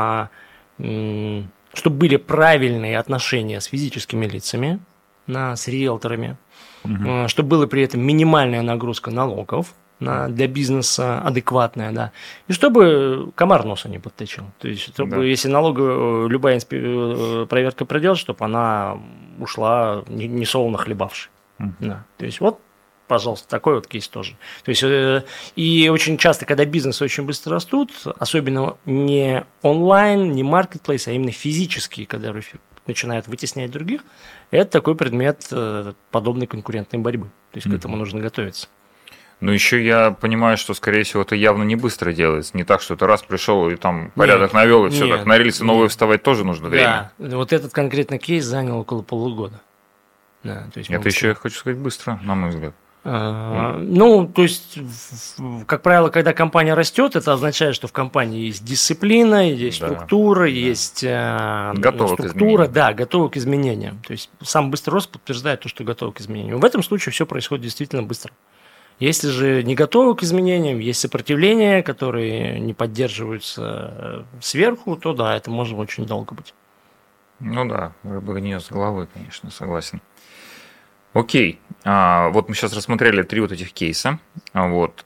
были правильные отношения с физическими лицами, с риэлторами, чтобы была при этом минимальная нагрузка налогов для бизнеса адекватная, да, и чтобы комар носа не подточил. То есть, чтобы, если налоговая любая проверка проделать, чтобы она ушла несолоно хлебавшей. Да. То есть, вот, пожалуйста, такой вот кейс тоже. То есть, и очень часто, когда бизнесы очень быстро растут, особенно не онлайн, не маркетплейс, а именно физические, когда начинают вытеснять других, это такой предмет подобной конкурентной борьбы. То есть, к этому нужно готовиться. Но еще я понимаю, что, скорее всего, это явно не быстро делается. Не так, что ты раз пришел и там порядок навел, и все так. На рельсы новые вставать тоже нужно время. Да, вот этот конкретный кейс занял около полугода. Да, то есть это еще, я хочу сказать, быстро, на мой взгляд. То есть, как правило, когда компания растет, это означает, что в компании есть дисциплина, есть структура, есть структура, готова к изменениям. То есть, сам быстрый рост подтверждает то, что готов к изменениям. В этом случае все происходит действительно быстро. Если же не готовы к изменениям, есть сопротивления, которые не поддерживаются сверху, то да, это может очень долго быть. Ну да, рыба гниет с головой, конечно, согласен. Окей, вот мы сейчас рассмотрели 3 вот этих кейса, вот.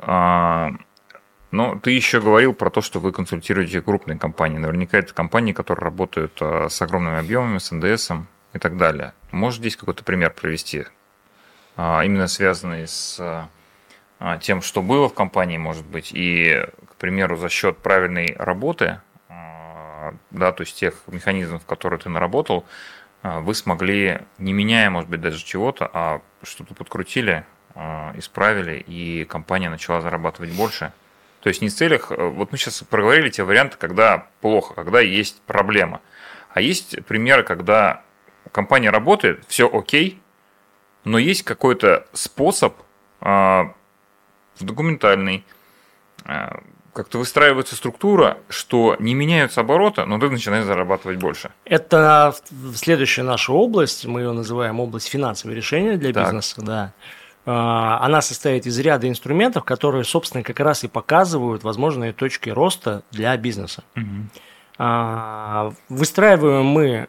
Но ты еще говорил про то, что вы консультируете крупные компании. Наверняка это компании, которые работают с огромными объемами, с НДСом и так далее. Можешь здесь какой-то пример привести, именно связанный с тем, что было в компании, может быть, и, к примеру, за счет правильной работы, да, то есть тех механизмов, которые ты наработал, вы смогли, не меняя, может быть, даже чего-то, а что-то подкрутили, исправили, и компания начала зарабатывать больше. То есть не в целях, вот мы сейчас проговорили те варианты, когда плохо, когда есть проблема. А есть примеры, когда компания работает, все окей, но есть какой-то способ документальный, как-то выстраивается структура, что не меняются обороты, но ты начинаешь зарабатывать больше. Это следующая наша область, мы ее называем область финансовых решений для бизнеса. Да. Она состоит из ряда инструментов, которые, собственно, как раз и показывают возможные точки роста для бизнеса. Угу. Выстраиваем мы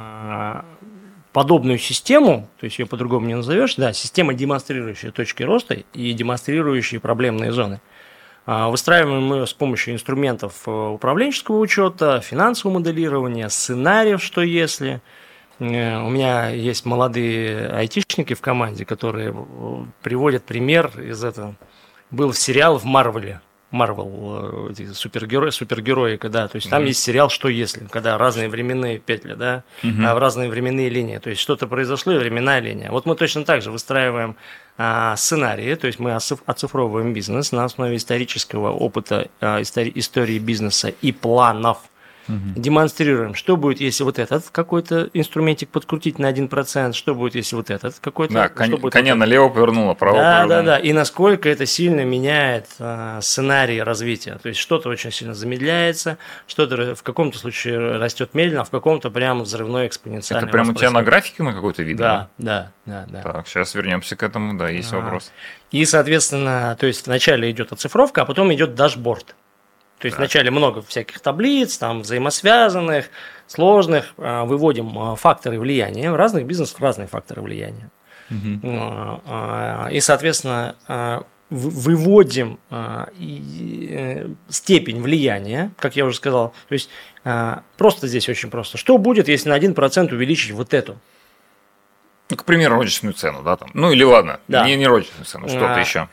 подобную систему, то есть ее по-другому не назовешь, да, система, демонстрирующая точки роста и демонстрирующие проблемные зоны. Выстраиваем мы ее с помощью инструментов управленческого учета, финансового моделирования, сценариев, что если. У меня есть молодые айтишники в команде, которые приводят пример из этого. Был сериал в Марвеле. Марвел, супергерои, да, то есть там есть сериал «Что если?», когда разные временные петли, да, разные временные линии, то есть что-то произошло и временная линия. Вот мы точно так же выстраиваем сценарии, то есть мы оцифровываем бизнес на основе исторического опыта, истории бизнеса и планов. Демонстрируем, что будет, если вот этот какой-то инструментик подкрутить на 1%, что будет, если вот этот какой-то... Да, коня налево повернул, направо повернул. Да, и насколько это сильно меняет сценарий развития. То есть что-то очень сильно замедляется, что-то в каком-то случае растет медленно, а в каком-то прямо взрывной экспоненциальный. Это прямо у тебя на графике мы какой-то видно? Да. Так, сейчас вернемся к этому, да, есть вопрос. И, соответственно, то есть вначале идет оцифровка, а потом идет дашборд. То есть вначале много всяких таблиц, там взаимосвязанных, сложных, выводим факторы влияния. В разных бизнесах разные факторы влияния. И, соответственно, выводим степень влияния, как я уже сказал. То есть просто здесь очень просто. Что будет, если на 1% увеличить вот эту? Ну, к примеру, розничную цену, да, там. Ну или ладно, да. не розничную цену, что-то еще.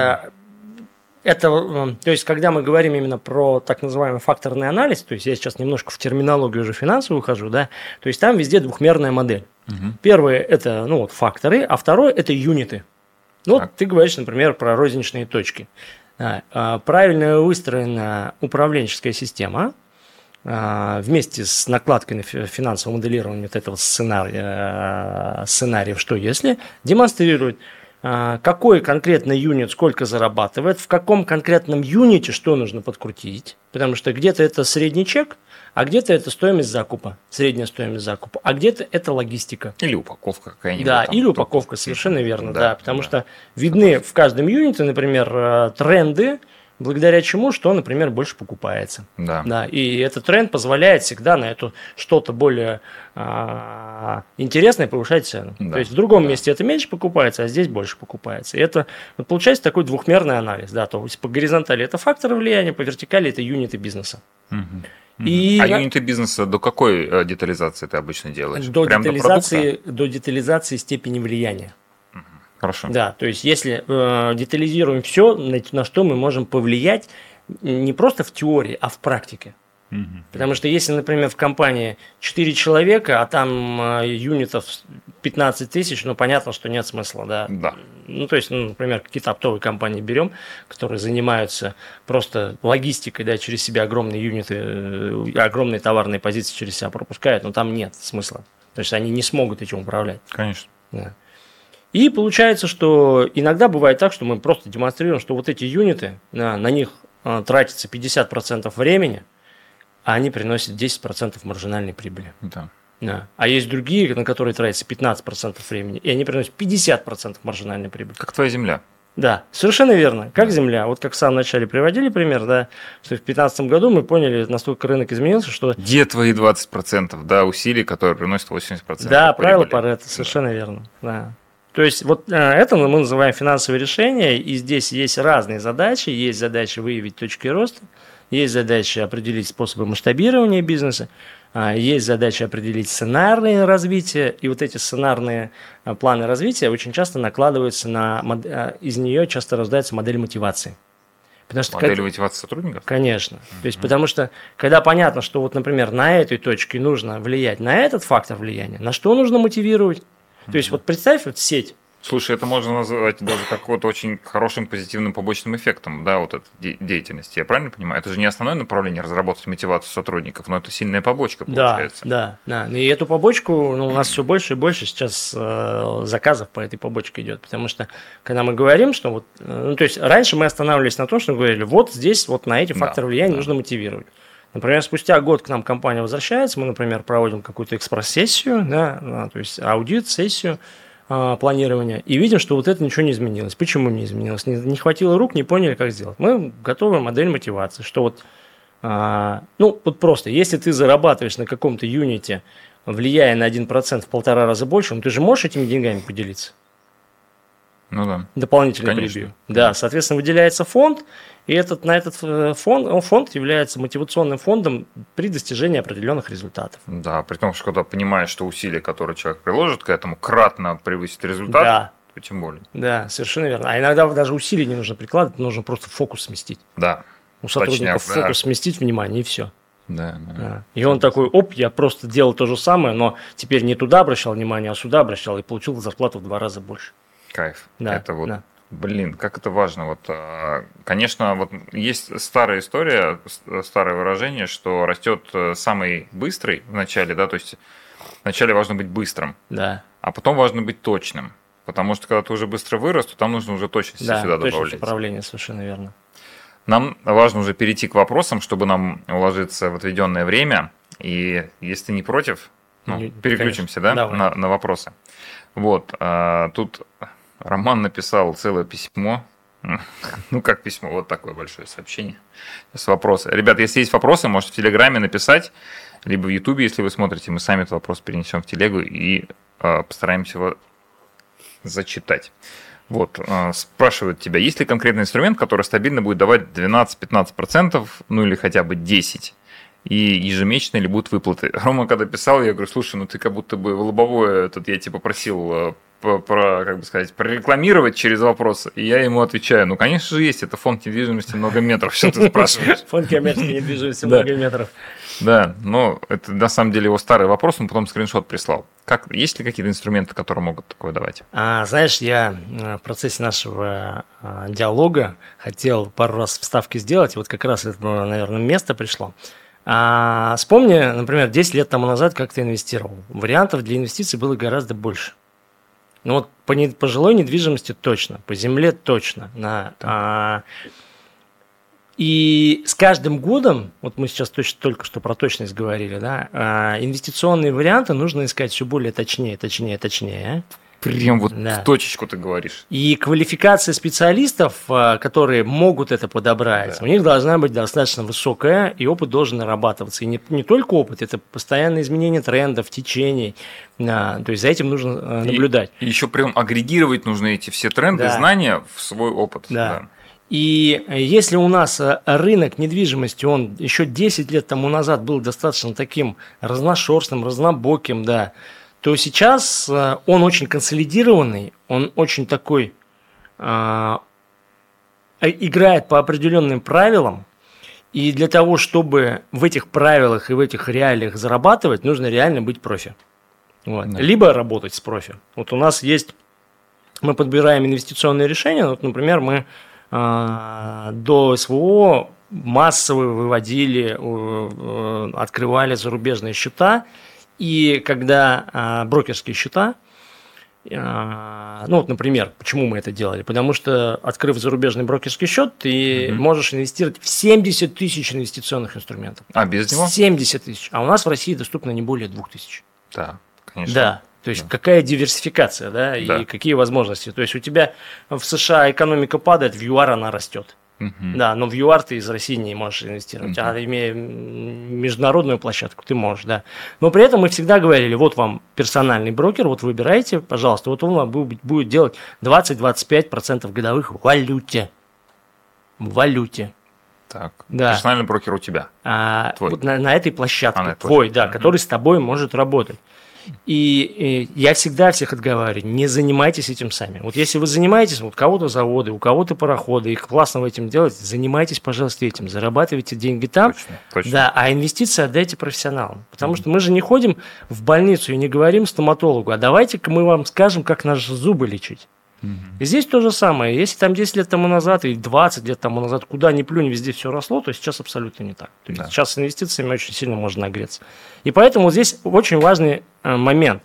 Это, то есть, когда мы говорим именно про так называемый факторный анализ, то есть я сейчас немножко в терминологию уже финансовую ухожу, да, то есть там везде двухмерная модель. Первое это факторы, а второе это юниты. Вот ты говоришь, например, про розничные точки. Правильно выстроена управленческая система вместе с накладкой на финансовое моделирование вот этого сценариев, что если, демонстрирует, какой конкретно юнит сколько зарабатывает, в каком конкретном юните что нужно подкрутить, потому что где-то это средний чек, а где-то это стоимость закупа, средняя стоимость закупа, а где-то это логистика. Или упаковка какая-нибудь. Да, или упаковка, совершенно верно, да, потому что видны в каждом юните, например, тренды, благодаря чему что, например, больше покупается. Да, и этот тренд позволяет всегда на это что-то более интересное повышать цену. Да. То есть в другом месте это меньше покупается, а здесь больше покупается. И это получается такой двухмерный анализ. Да, то есть по горизонтали это факторы влияния, по вертикали это юниты бизнеса. Юниты бизнеса до какой детализации ты обычно делаешь? До детализации степени влияния. Хорошо. Да, то есть если детализируем все, на что мы можем повлиять не просто в теории, а в практике. Потому что если, например, в компании 4 человека, а там юнитов 15 тысяч, понятно, что нет смысла. Да. Ну, то есть, например, какие-то оптовые компании берем, которые занимаются просто логистикой, да, через себя огромные юниты, огромные товарные позиции через себя пропускают, но там нет смысла. То есть они не смогут этим управлять. Конечно. Да. И получается, что иногда бывает так, что мы просто демонстрируем, что вот эти юниты, на них тратится 50% времени, а они приносят 10% маржинальной прибыли. Да. Да. А есть другие, на которые тратится 15% времени, и они приносят 50% маржинальной прибыли. Как твоя земля. Да, совершенно верно. Как земля. Вот как в самом начале приводили пример, да, что в 2015 году мы поняли, насколько рынок изменился, что... Где твои 20%, да, усилий, которые приносят 80%? Да, правило прибыли? Парето, совершенно верно. Да. То есть вот это мы называем финансовые решения, и здесь есть разные задачи. Есть задача выявить точки роста, есть задача определить способы масштабирования бизнеса, есть задача определить сценарные развития, и вот эти сценарные планы развития очень часто накладываются из нее часто рождается модель мотивации. Модель мотивации сотрудников? Конечно. То есть, потому что, когда понятно, что вот, например, на этой точке нужно влиять на этот фактор влияния, на что нужно мотивировать? То есть, вот представь вот сеть. Слушай, это можно назвать даже каким-то очень хорошим позитивным побочным эффектом, да, вот этой деятельности. Я правильно понимаю? Это же не основное направление разработать мотивацию сотрудников, но это сильная побочка получается. Да. И эту побочку у нас все больше и больше сейчас заказов по этой побочке идет. Потому что, когда мы говорим, что вот, то есть раньше мы останавливались на том, что мы говорили, вот здесь, вот на эти факторы влияния нужно мотивировать. Например, спустя год к нам компания возвращается, мы, например, проводим какую-то экспресс-сессию, да, то есть аудит-сессию, планирования, и видим, что вот это ничего не изменилось. Почему не изменилось? Не хватило рук, не поняли, как сделать. Мы готовим модель мотивации, что вот, вот просто, если ты зарабатываешь на каком-то юните, влияя на 1% в 1,5 раза больше, ты же можешь этими деньгами поделиться? Ну да. Дополнительно прибью. Да, соответственно, выделяется фонд, и на этот фонд является мотивационным фондом при достижении определенных результатов. Да, при том, что когда понимаешь, что усилия, которые человек приложит к этому, кратно превысит результат, то тем более. Да, совершенно верно. А иногда даже усилий не нужно прикладывать, нужно просто фокус сместить. Да. У сотрудников фокус сместить, внимание, и все. Да. И он такой, я просто делал то же самое, но теперь не туда обращал внимание, а сюда обращал, и получил зарплату в 2 раза больше. Кайф. Да, это вот, блин, как это важно. Вот, конечно, вот есть старая история, старое выражение, что растет самый быстрый в начале, да, то есть вначале важно быть быстрым, да, а потом важно быть точным, потому что когда ты уже быстро вырос, то там нужно уже точности сюда добавлять. Да, точность управления, совершенно верно. Нам важно уже перейти к вопросам, чтобы нам уложиться в отведенное время, и если ты не против, переключимся, да, на вопросы. Вот, тут Роман написал целое письмо, как письмо, вот такое большое сообщение с вопросами. Ребята, если есть вопросы, можете в Телеграме написать, либо в Ютубе, если вы смотрите, мы сами этот вопрос перенесем в Телегу и постараемся его зачитать. Вот, спрашивают тебя, есть ли конкретный инструмент, который стабильно будет давать 12-15%, или хотя бы 10%, и ежемесячно ли будут выплаты? Рома, когда писал, я говорю, слушай, ты как будто бы в лобовое, я тебя просил прорекламировать через вопросы, и я ему отвечаю, конечно же есть, это фонд недвижимости много метров, что ты спрашиваешь? Фонд коммерческой недвижимости много метров. Да, но это на самом деле его старый вопрос, он потом скриншот прислал. Есть ли какие-то инструменты, которые могут такое давать? Знаешь, я в процессе нашего диалога хотел пару раз вставки сделать, и вот как раз это, наверное, место пришло. Вспомни, например, 10 лет тому назад, как ты инвестировал. Вариантов для инвестиций было гораздо больше. По жилой недвижимости точно, по земле точно. И с каждым годом, мы сейчас только что про точность говорили, да, инвестиционные варианты нужно искать все более точнее. Прям в точечку ты говоришь. И квалификация специалистов, которые могут это подобрать, у них должна быть достаточно высокая, и опыт должен нарабатываться. И не только опыт, это постоянное изменение трендов, течений. То есть за этим нужно наблюдать. И еще прям агрегировать нужно эти все тренды, знания в свой опыт. Да. И если у нас рынок недвижимости, он еще 10 лет тому назад был достаточно таким разношерстным, разнобоким, да, то сейчас он очень консолидированный, он очень такой, играет по определенным правилам, и для того, чтобы в этих правилах и в этих реалиях зарабатывать, нужно реально быть профи. Да. Либо работать с профи. У нас есть, мы подбираем инвестиционные решения, например, мы до СВО массово выводили, открывали зарубежные счета. И когда брокерские счета, например, почему мы это делали? Потому что, открыв зарубежный брокерский счет, ты можешь инвестировать в 70 тысяч инвестиционных инструментов. А без него? 70 тысяч. А у нас в России доступно не более 2000. Да, конечно. Да. То То есть какая диверсификация, да, и какие возможности. То есть у тебя в США экономика падает, в ЮАР она растет. Да, но в ЮАР ты из России не можешь инвестировать, а имея международную площадку, ты можешь, да. Но при этом мы всегда говорили, вот вам персональный брокер, вот выбирайте, пожалуйста, вот он вам будет делать 20-25% годовых в валюте. В валюте. Так, да. Персональный брокер у тебя. Твой. Вот на этой площадке, твой, да, который с тобой может работать. И я всегда всех отговариваю, не занимайтесь этим сами. Вот если вы занимаетесь, вот у кого-то заводы, у кого-то пароходы, и классно в этом делать, занимайтесь, пожалуйста, этим, зарабатывайте деньги там, точно. Да, а инвестиции отдайте профессионалам. Потому что мы же не ходим в больницу и не говорим стоматологу, а давайте-ка мы вам скажем, как наши зубы лечить. И здесь то же самое. Если там 10 лет тому назад или 20 лет тому назад куда ни плюнь, везде все росло, то сейчас абсолютно не так. То есть сейчас с инвестициями очень сильно можно нагреться. И поэтому здесь очень важный момент.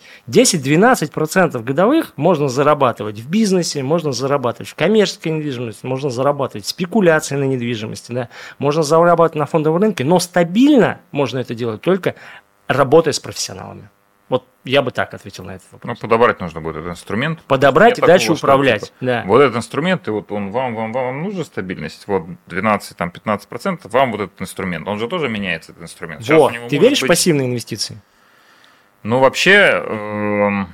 10-12% годовых можно зарабатывать в бизнесе, можно зарабатывать в коммерческой недвижимости, можно зарабатывать в спекуляции на недвижимости, да, можно зарабатывать на фондовом рынке, но стабильно можно это делать только работая с профессионалами. Вот я бы так ответил на этот вопрос. Ну, подобрать нужно будет этот инструмент. Подобрать и дальше управлять. Да. Вот этот инструмент, и вот он вам нужна стабильность, вот 12-15%, вам вот этот инструмент. Он же тоже меняется, этот инструмент. Вот. Ты веришь в пассивные инвестиции? Ну, вообще,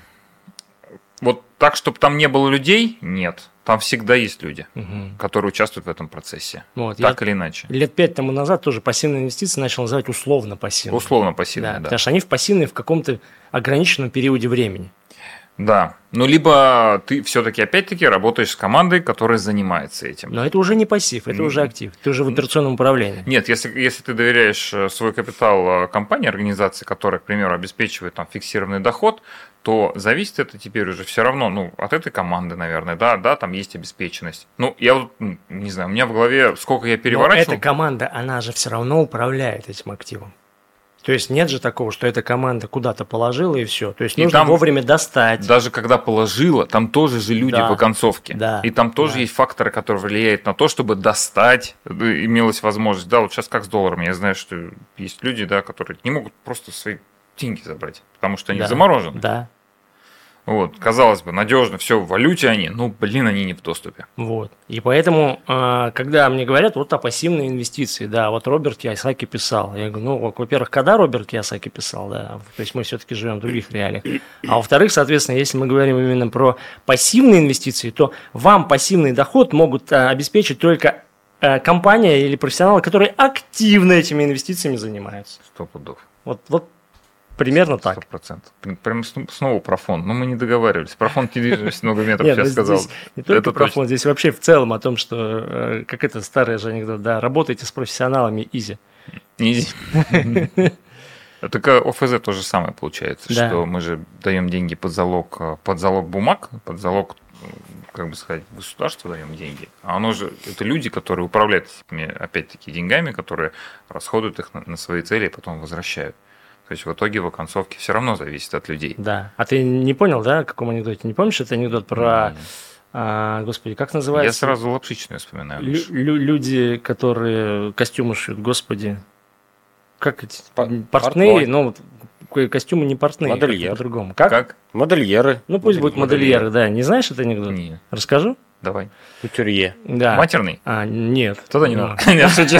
вот так, чтобы там не было людей, нет. Там всегда есть люди, которые участвуют в этом процессе. Вот, так или иначе. Лет 5 тому назад тоже пассивные инвестиции начал называть условно пассивные. Условно пассивные, да. Потому что они пассивные в каком-то ограниченном периоде времени. Да. Ну, либо ты все-таки опять-таки работаешь с командой, которая занимается этим. Но это уже не пассив, это уже актив. Ты уже в операционном управлении. Нет, если ты доверяешь свой капитал компании, организации, которая, к примеру, обеспечивает там фиксированный доход, то зависит это теперь уже все равно, от этой команды, наверное, да, там есть обеспеченность. Ну, я вот, не знаю, у меня в голове, сколько я переворачивал. Но эта команда, она же все равно управляет этим активом. То есть нет же такого, что эта команда куда-то положила и все. То есть нужно вовремя достать. Даже когда положила, там тоже же люди в оконцовке. Да. И там тоже есть факторы, которые влияют на то, чтобы достать, имелась возможность. Да, вот сейчас как с долларом. Я знаю, что есть люди, да, которые не могут просто свои деньги забрать, потому что они заморожены. Да. Вот, казалось бы, надежно, все в валюте они, они не в доступе. Вот. И поэтому, когда мне говорят, вот о пассивной инвестиции, да, вот Роберт Кийосаки писал. Я говорю, во-первых, когда Роберт Кийосаки писал, да, то есть мы все-таки живем в других реалиях. А во-вторых, соответственно, если мы говорим именно про пассивные инвестиции, то вам пассивный доход могут обеспечить только компания или профессионалы, которые активно этими инвестициями занимаются. 100%. Вот. Примерно так. 100%. Прям снова про фонд. Но мы не договаривались. Про фонд недвижимости много метров сейчас сказал. Здесь не только про фонд, здесь вообще в целом о том, что, как это старый же анекдот, да, работайте с профессионалами изи. Изи. Так ОФЗ то же самое получается, что мы же даем деньги под залог бумаг, под залог, как бы сказать, государству даем деньги. А оно же, это люди, которые управляют этими, опять-таки, деньгами, которые расходуют их на свои цели и потом возвращают. То есть в итоге в оконцовке все равно зависит от людей. Да. А ты не понял, да, о каком анекдоте? Не помнишь, это анекдот про... Господи, как называется? Я сразу Лапшичную вспоминаю. Люди, которые костюмы шьют, господи. Как эти? Портные, но костюмы не портные. Модельер. По-другому. Как? Модельеры. Ну пусть будут модельеры, да. Не знаешь этот анекдот? Нет. Расскажу? Давай. Кутюрье. Да. Матерный? Нет. Тогда не надо. Нет, шучу.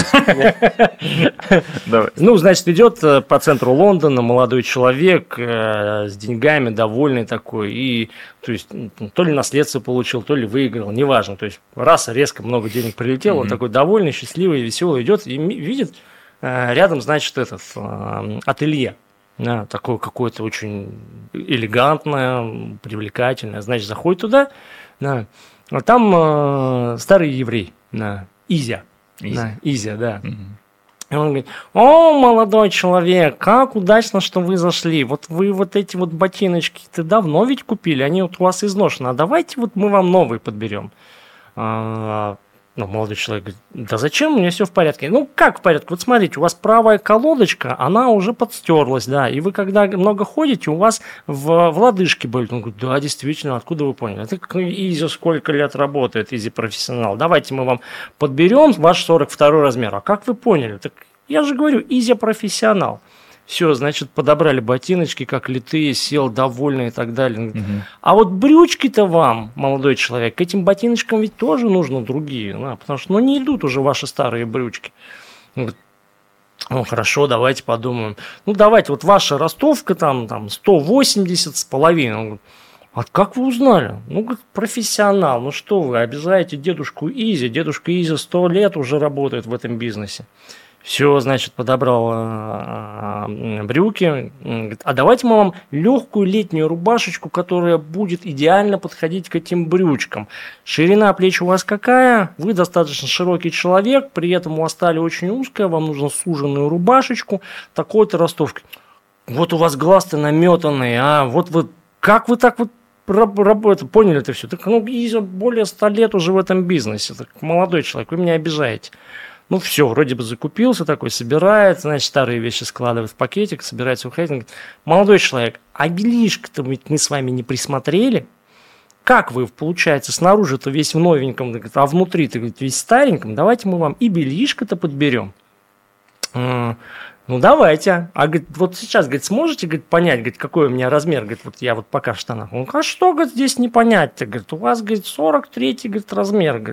Давай. Ну, значит, идет по центру Лондона молодой человек с деньгами, довольный такой, и, то есть, то ли наследство получил, то ли выиграл, неважно. То есть, раз резко много денег прилетело, он такой довольный, счастливый, веселый идет и видит рядом, значит, этот ателье. Да, такое какое-то очень элегантное, привлекательное. Значит, заходит туда, да. А там старый еврей, да, Изя. Изя, да. И он говорит: о, молодой человек, как удачно, что вы зашли. Вот вы вот эти вот ботиночки-то давно ведь купили, они вот у вас изношены. А давайте вот мы вам новые подберем. Молодой человек говорит: да зачем, у меня все в порядке. Ну, как в порядке? Вот смотрите, у вас правая колодочка, она уже подстерлась, да, и вы когда много ходите, у вас в лодыжке болит. Он говорит: да, действительно, откуда вы поняли? Это Изи сколько лет работает, Изи профессионал. Давайте мы вам подберем ваш 42 размер. А как вы поняли? Так я же говорю, Изи профессионал. Все, значит, подобрали ботиночки, как литые, сел довольный и так далее. А вот брючки-то вам, молодой человек, к этим ботиночкам ведь тоже нужно другие, да, потому что не идут уже ваши старые брючки. Он говорит, ну, хорошо, давайте подумаем. Ну, давайте, вот ваша ростовка там 180 с половиной. Он говорит, а как вы узнали? Ну, говорит, профессионал. Ну, что вы, обижаете дедушку Изи. Дедушка Изи 100 лет уже работает в этом бизнесе. Все, значит, подобрал брюки. Говорит, а давайте мы вам легкую летнюю рубашечку, которая будет идеально подходить к этим брючкам. Ширина плеч у вас какая? Вы достаточно широкий человек, при этом у вас талия очень узкая, вам нужно суженную рубашечку, такой-то ростовки. Вот у вас глаз-то наметанный, а вот вы, как вы так вот поняли это все? Так, ну, Изя более 100 лет уже в этом бизнесе, так, молодой человек, вы меня обижаете. Ну, все, вроде бы закупился такой, собирает, значит, старые вещи складывает в пакетик, собирается уходить. Он говорит, молодой человек, а белишко-то мы с вами не присмотрели? Как вы, получается, снаружи-то весь в новеньком, а внутри-то весь стареньком? Давайте мы вам и белишко-то подберем. Ну, давайте. А, говорит, вот сейчас, говорит, сможете, говорит, понять, говорит, какой у меня размер? Говорит, вот я вот пока в штанах. Он говорит, а что, говорит, здесь не понять-то? Говорит, у вас, говорит, 43-й, говорит, размер, говорит.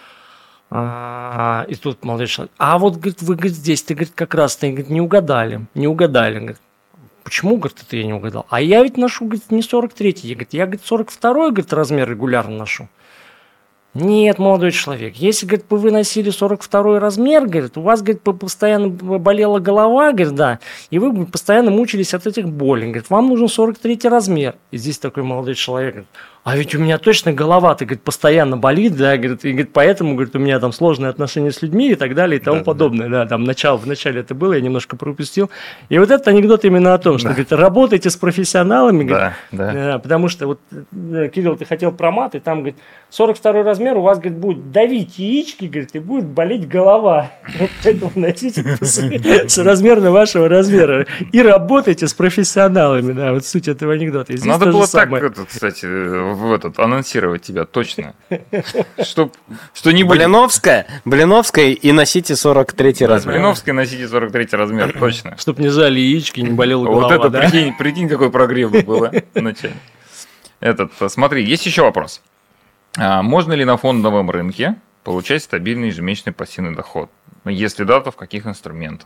И тут молодой человек, а вот, говорит, вы, говорит, здесь-то, говорит, как раз-то, говорит, не угадали. Говорит, почему, говорит, это я не угадал? А я ведь ношу, говорит, не 43-й, я, говорит, 42-й, говорит, размер регулярно ношу. Нет, молодой человек, если, говорит, вы носили 42-й размер, говорит, у вас, говорит, постоянно болела голова, говорит, да, и вы постоянно мучились от этих болей, говорит, вам нужен 43-й размер. И здесь такой молодой человек говорит, а ведь у меня точно голова-то, говорит, постоянно болит, да, говорит, и, говорит, поэтому, говорит, у меня там сложные отношения с людьми и так далее и тому подобное, да, там в начале это было, я немножко пропустил. И вот этот анекдот именно о том, что, говорит, работайте с профессионалами, говорит, потому что вот, Кирилл, ты хотел про мат, и там, говорит, 42-й размер у вас, говорит, будет давить яички, говорит, и будет болеть голова. Вот поэтому носите с размерно вашего размера и работайте с профессионалами, да, вот суть этого анекдота. Надо было так, кстати, анонсировать тебя точно. Что не будет. Блиновская и носите 43-й размер. Блиновская носите 43-й размер, точно. Чтоб не жали яички, не болела голова. Вот это, прикинь, какой прогрев было вначале. Смотри, есть еще вопрос. Можно ли на фондовом рынке получать стабильный ежемесячный пассивный доход? Если да, то в каких инструментах?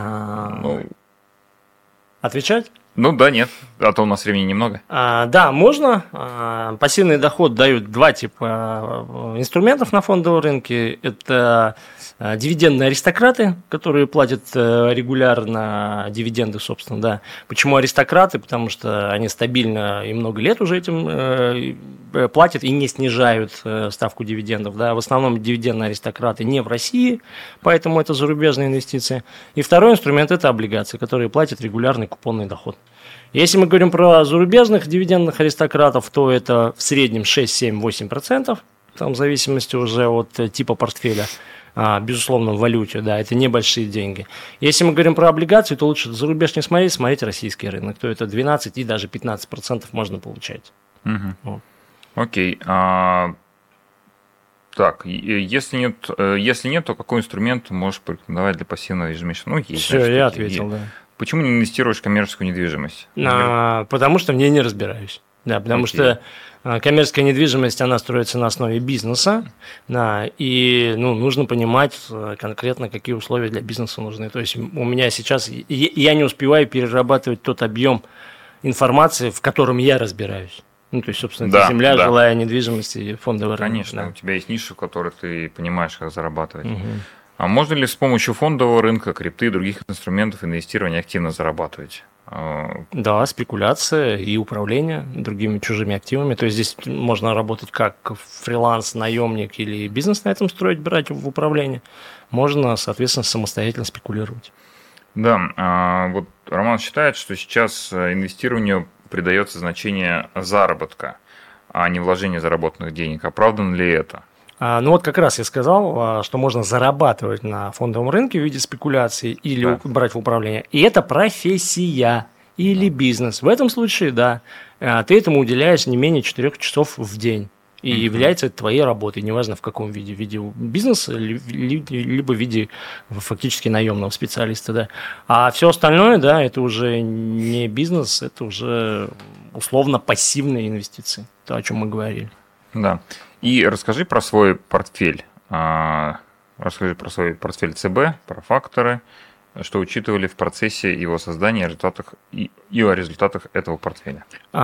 Отвечать? Ну да, нет, а то у нас времени немного. Да, можно. Пассивный доход дают два типа инструментов на фондовом рынке. Это дивидендные аристократы, которые платят регулярно дивиденды, собственно, да. Почему аристократы? Потому что они стабильно и много лет уже этим платят и не снижают ставку дивидендов. Да. В основном дивидендные аристократы не в России, поэтому это зарубежные инвестиции. И второй инструмент – это облигации, которые платят регулярный купонный доход. Если мы говорим про зарубежных дивидендных аристократов, то это в среднем 6, 7, 8%, там в зависимости уже от типа портфеля, безусловно, в валюте, да, это небольшие деньги. Если мы говорим про облигации, то лучше за рубеж не смотреть, смотреть российский рынок, то это 12 и даже 15% можно получать. Угу. Вот. Окей. Так, если нет, то какой инструмент можешь порекомендовать для пассивного ежемесячного? Ну, есть. Все, я ответил, да. Почему не инвестируешь в коммерческую недвижимость? Потому что в ней не разбираюсь. Да, потому что коммерческая недвижимость, она строится на основе бизнеса, да, и нужно понимать конкретно, какие условия для бизнеса нужны. То есть у меня сейчас, я не успеваю перерабатывать тот объем информации, в котором я разбираюсь. Ну, то есть, собственно, это земля, жилая недвижимость и фондовый рынок. Конечно, у тебя есть ниша, в которой ты понимаешь, как зарабатывать. Угу. А можно ли с помощью фондового рынка, крипты и других инструментов инвестирования активно зарабатывать? Да, спекуляция и управление другими чужими активами. То есть здесь можно работать как фриланс, наемник или бизнес на этом строить, брать в управление. Можно, соответственно, самостоятельно спекулировать. Да, вот Роман считает, что сейчас инвестированию придается значение заработка, а не вложения заработанных денег. Оправдано ли это? Ну вот как раз я сказал, что можно зарабатывать на фондовом рынке в виде спекуляций или брать в управление. И это профессия или бизнес. В этом случае, да, ты этому уделяешь не менее 4 часов в день. И является это твоей работой, неважно в каком виде. В виде бизнеса, либо в виде фактически наемного специалиста. Да. А все остальное, да, это уже не бизнес, это уже условно пассивные инвестиции. То, о чем мы говорили. Да. И расскажи про свой портфель. Расскажи про свой портфель ЦБ, про факторы, что учитывали в процессе его создания и о результатах этого портфеля.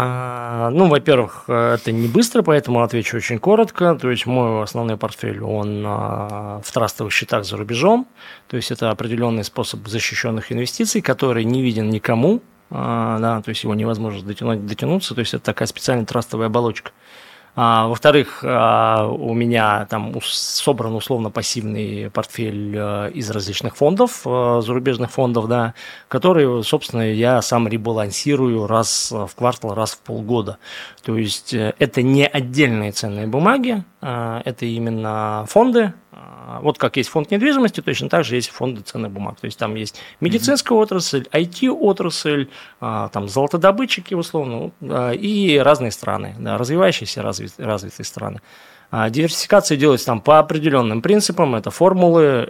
Во-первых, это не быстро, поэтому отвечу очень коротко. То есть мой основной портфель, он в трастовых счетах за рубежом. То есть это определенный способ защищенных инвестиций, который не виден никому. То есть его невозможно дотянуться. То есть это такая специальная трастовая оболочка. Во-вторых, у меня там собран условно-пассивный портфель из различных фондов, зарубежных фондов, да, которые, собственно, я сам ребалансирую раз в квартал, раз в полгода. То есть это не отдельные ценные бумаги, это именно фонды. Вот как есть фонд недвижимости, точно так же есть фонды ценных бумаг. То есть там есть медицинская отрасль, IT-отрасль, там золотодобытчики, условно, и разные страны, да, развивающиеся, развитые страны. Диверсификация делается там по определенным принципам. Это формулы,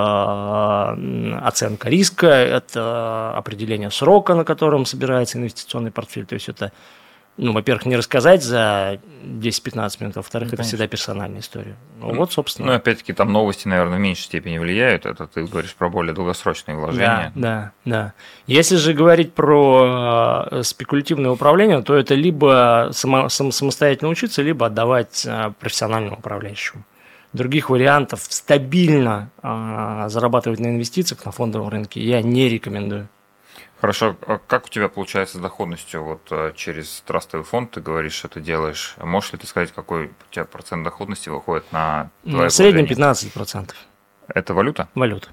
это оценка риска, это определение срока, на котором собирается инвестиционный портфель. То есть это, во-первых, не рассказать за 10-15 минут, во-вторых, это всегда персональная история. Вот, собственно. Опять-таки, там новости, наверное, в меньшей степени влияют. Это ты говоришь про более долгосрочные вложения. Да. Если же говорить про спекулятивное управление, то это либо самостоятельно учиться, либо отдавать профессиональному управляющему. Других вариантов стабильно зарабатывать на инвестициях на фондовом рынке я не рекомендую. Хорошо, а как у тебя получается с доходностью? Вот через трастовый фонд ты говоришь, это делаешь. Можешь ли ты сказать, какой у тебя процент доходности выходит на твои в среднем вложения? 15%. Это валюта? Валюта.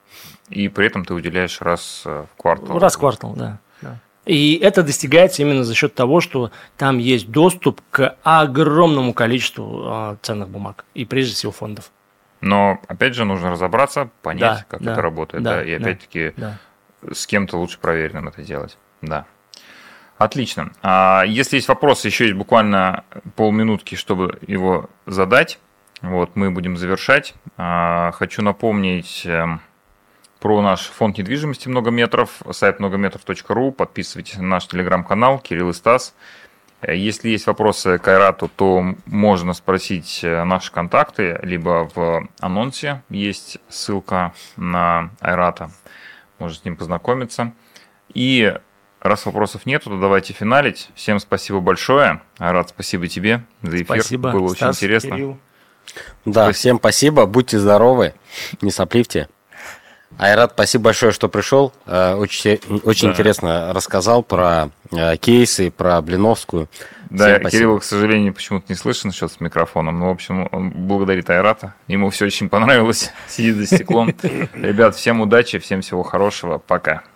И при этом ты уделяешь раз в квартал? Раз в квартал, да. И это достигается именно за счет того, что там есть доступ к огромному количеству ценных бумаг. И прежде всего фондов. Но, опять же, нужно разобраться, понять, как это работает. И опять-таки... С кем-то лучше проверенным это делать. Да. Отлично. Если есть вопросы, еще есть буквально полминутки, чтобы его задать. Вот, мы будем завершать. Хочу напомнить про наш фонд недвижимости «Много метров», сайт многометров.ру. Подписывайтесь на наш телеграм-канал Кирилл и Стас. Если есть вопросы к Айрату, то можно спросить наши контакты, либо в анонсе есть ссылка на Айрата. Можно с ним познакомиться. И раз вопросов нету, то давайте финалить. Всем спасибо большое. Айрат, спасибо тебе за эфир. Спасибо. Было Стас, очень интересно. Кирилл. Да, всем спасибо. Будьте здоровы. Не сопливьте. Айрат, спасибо большое, что пришел. Очень интересно рассказал про кейсы, про Блиновскую. Да, Кирилл, к сожалению, почему-то не слышен сейчас с микрофоном. Но, в общем, он благодарит Айрата. Ему все очень понравилось. Сидит за стеклом. Ребят, всем удачи, всем всего хорошего. Пока.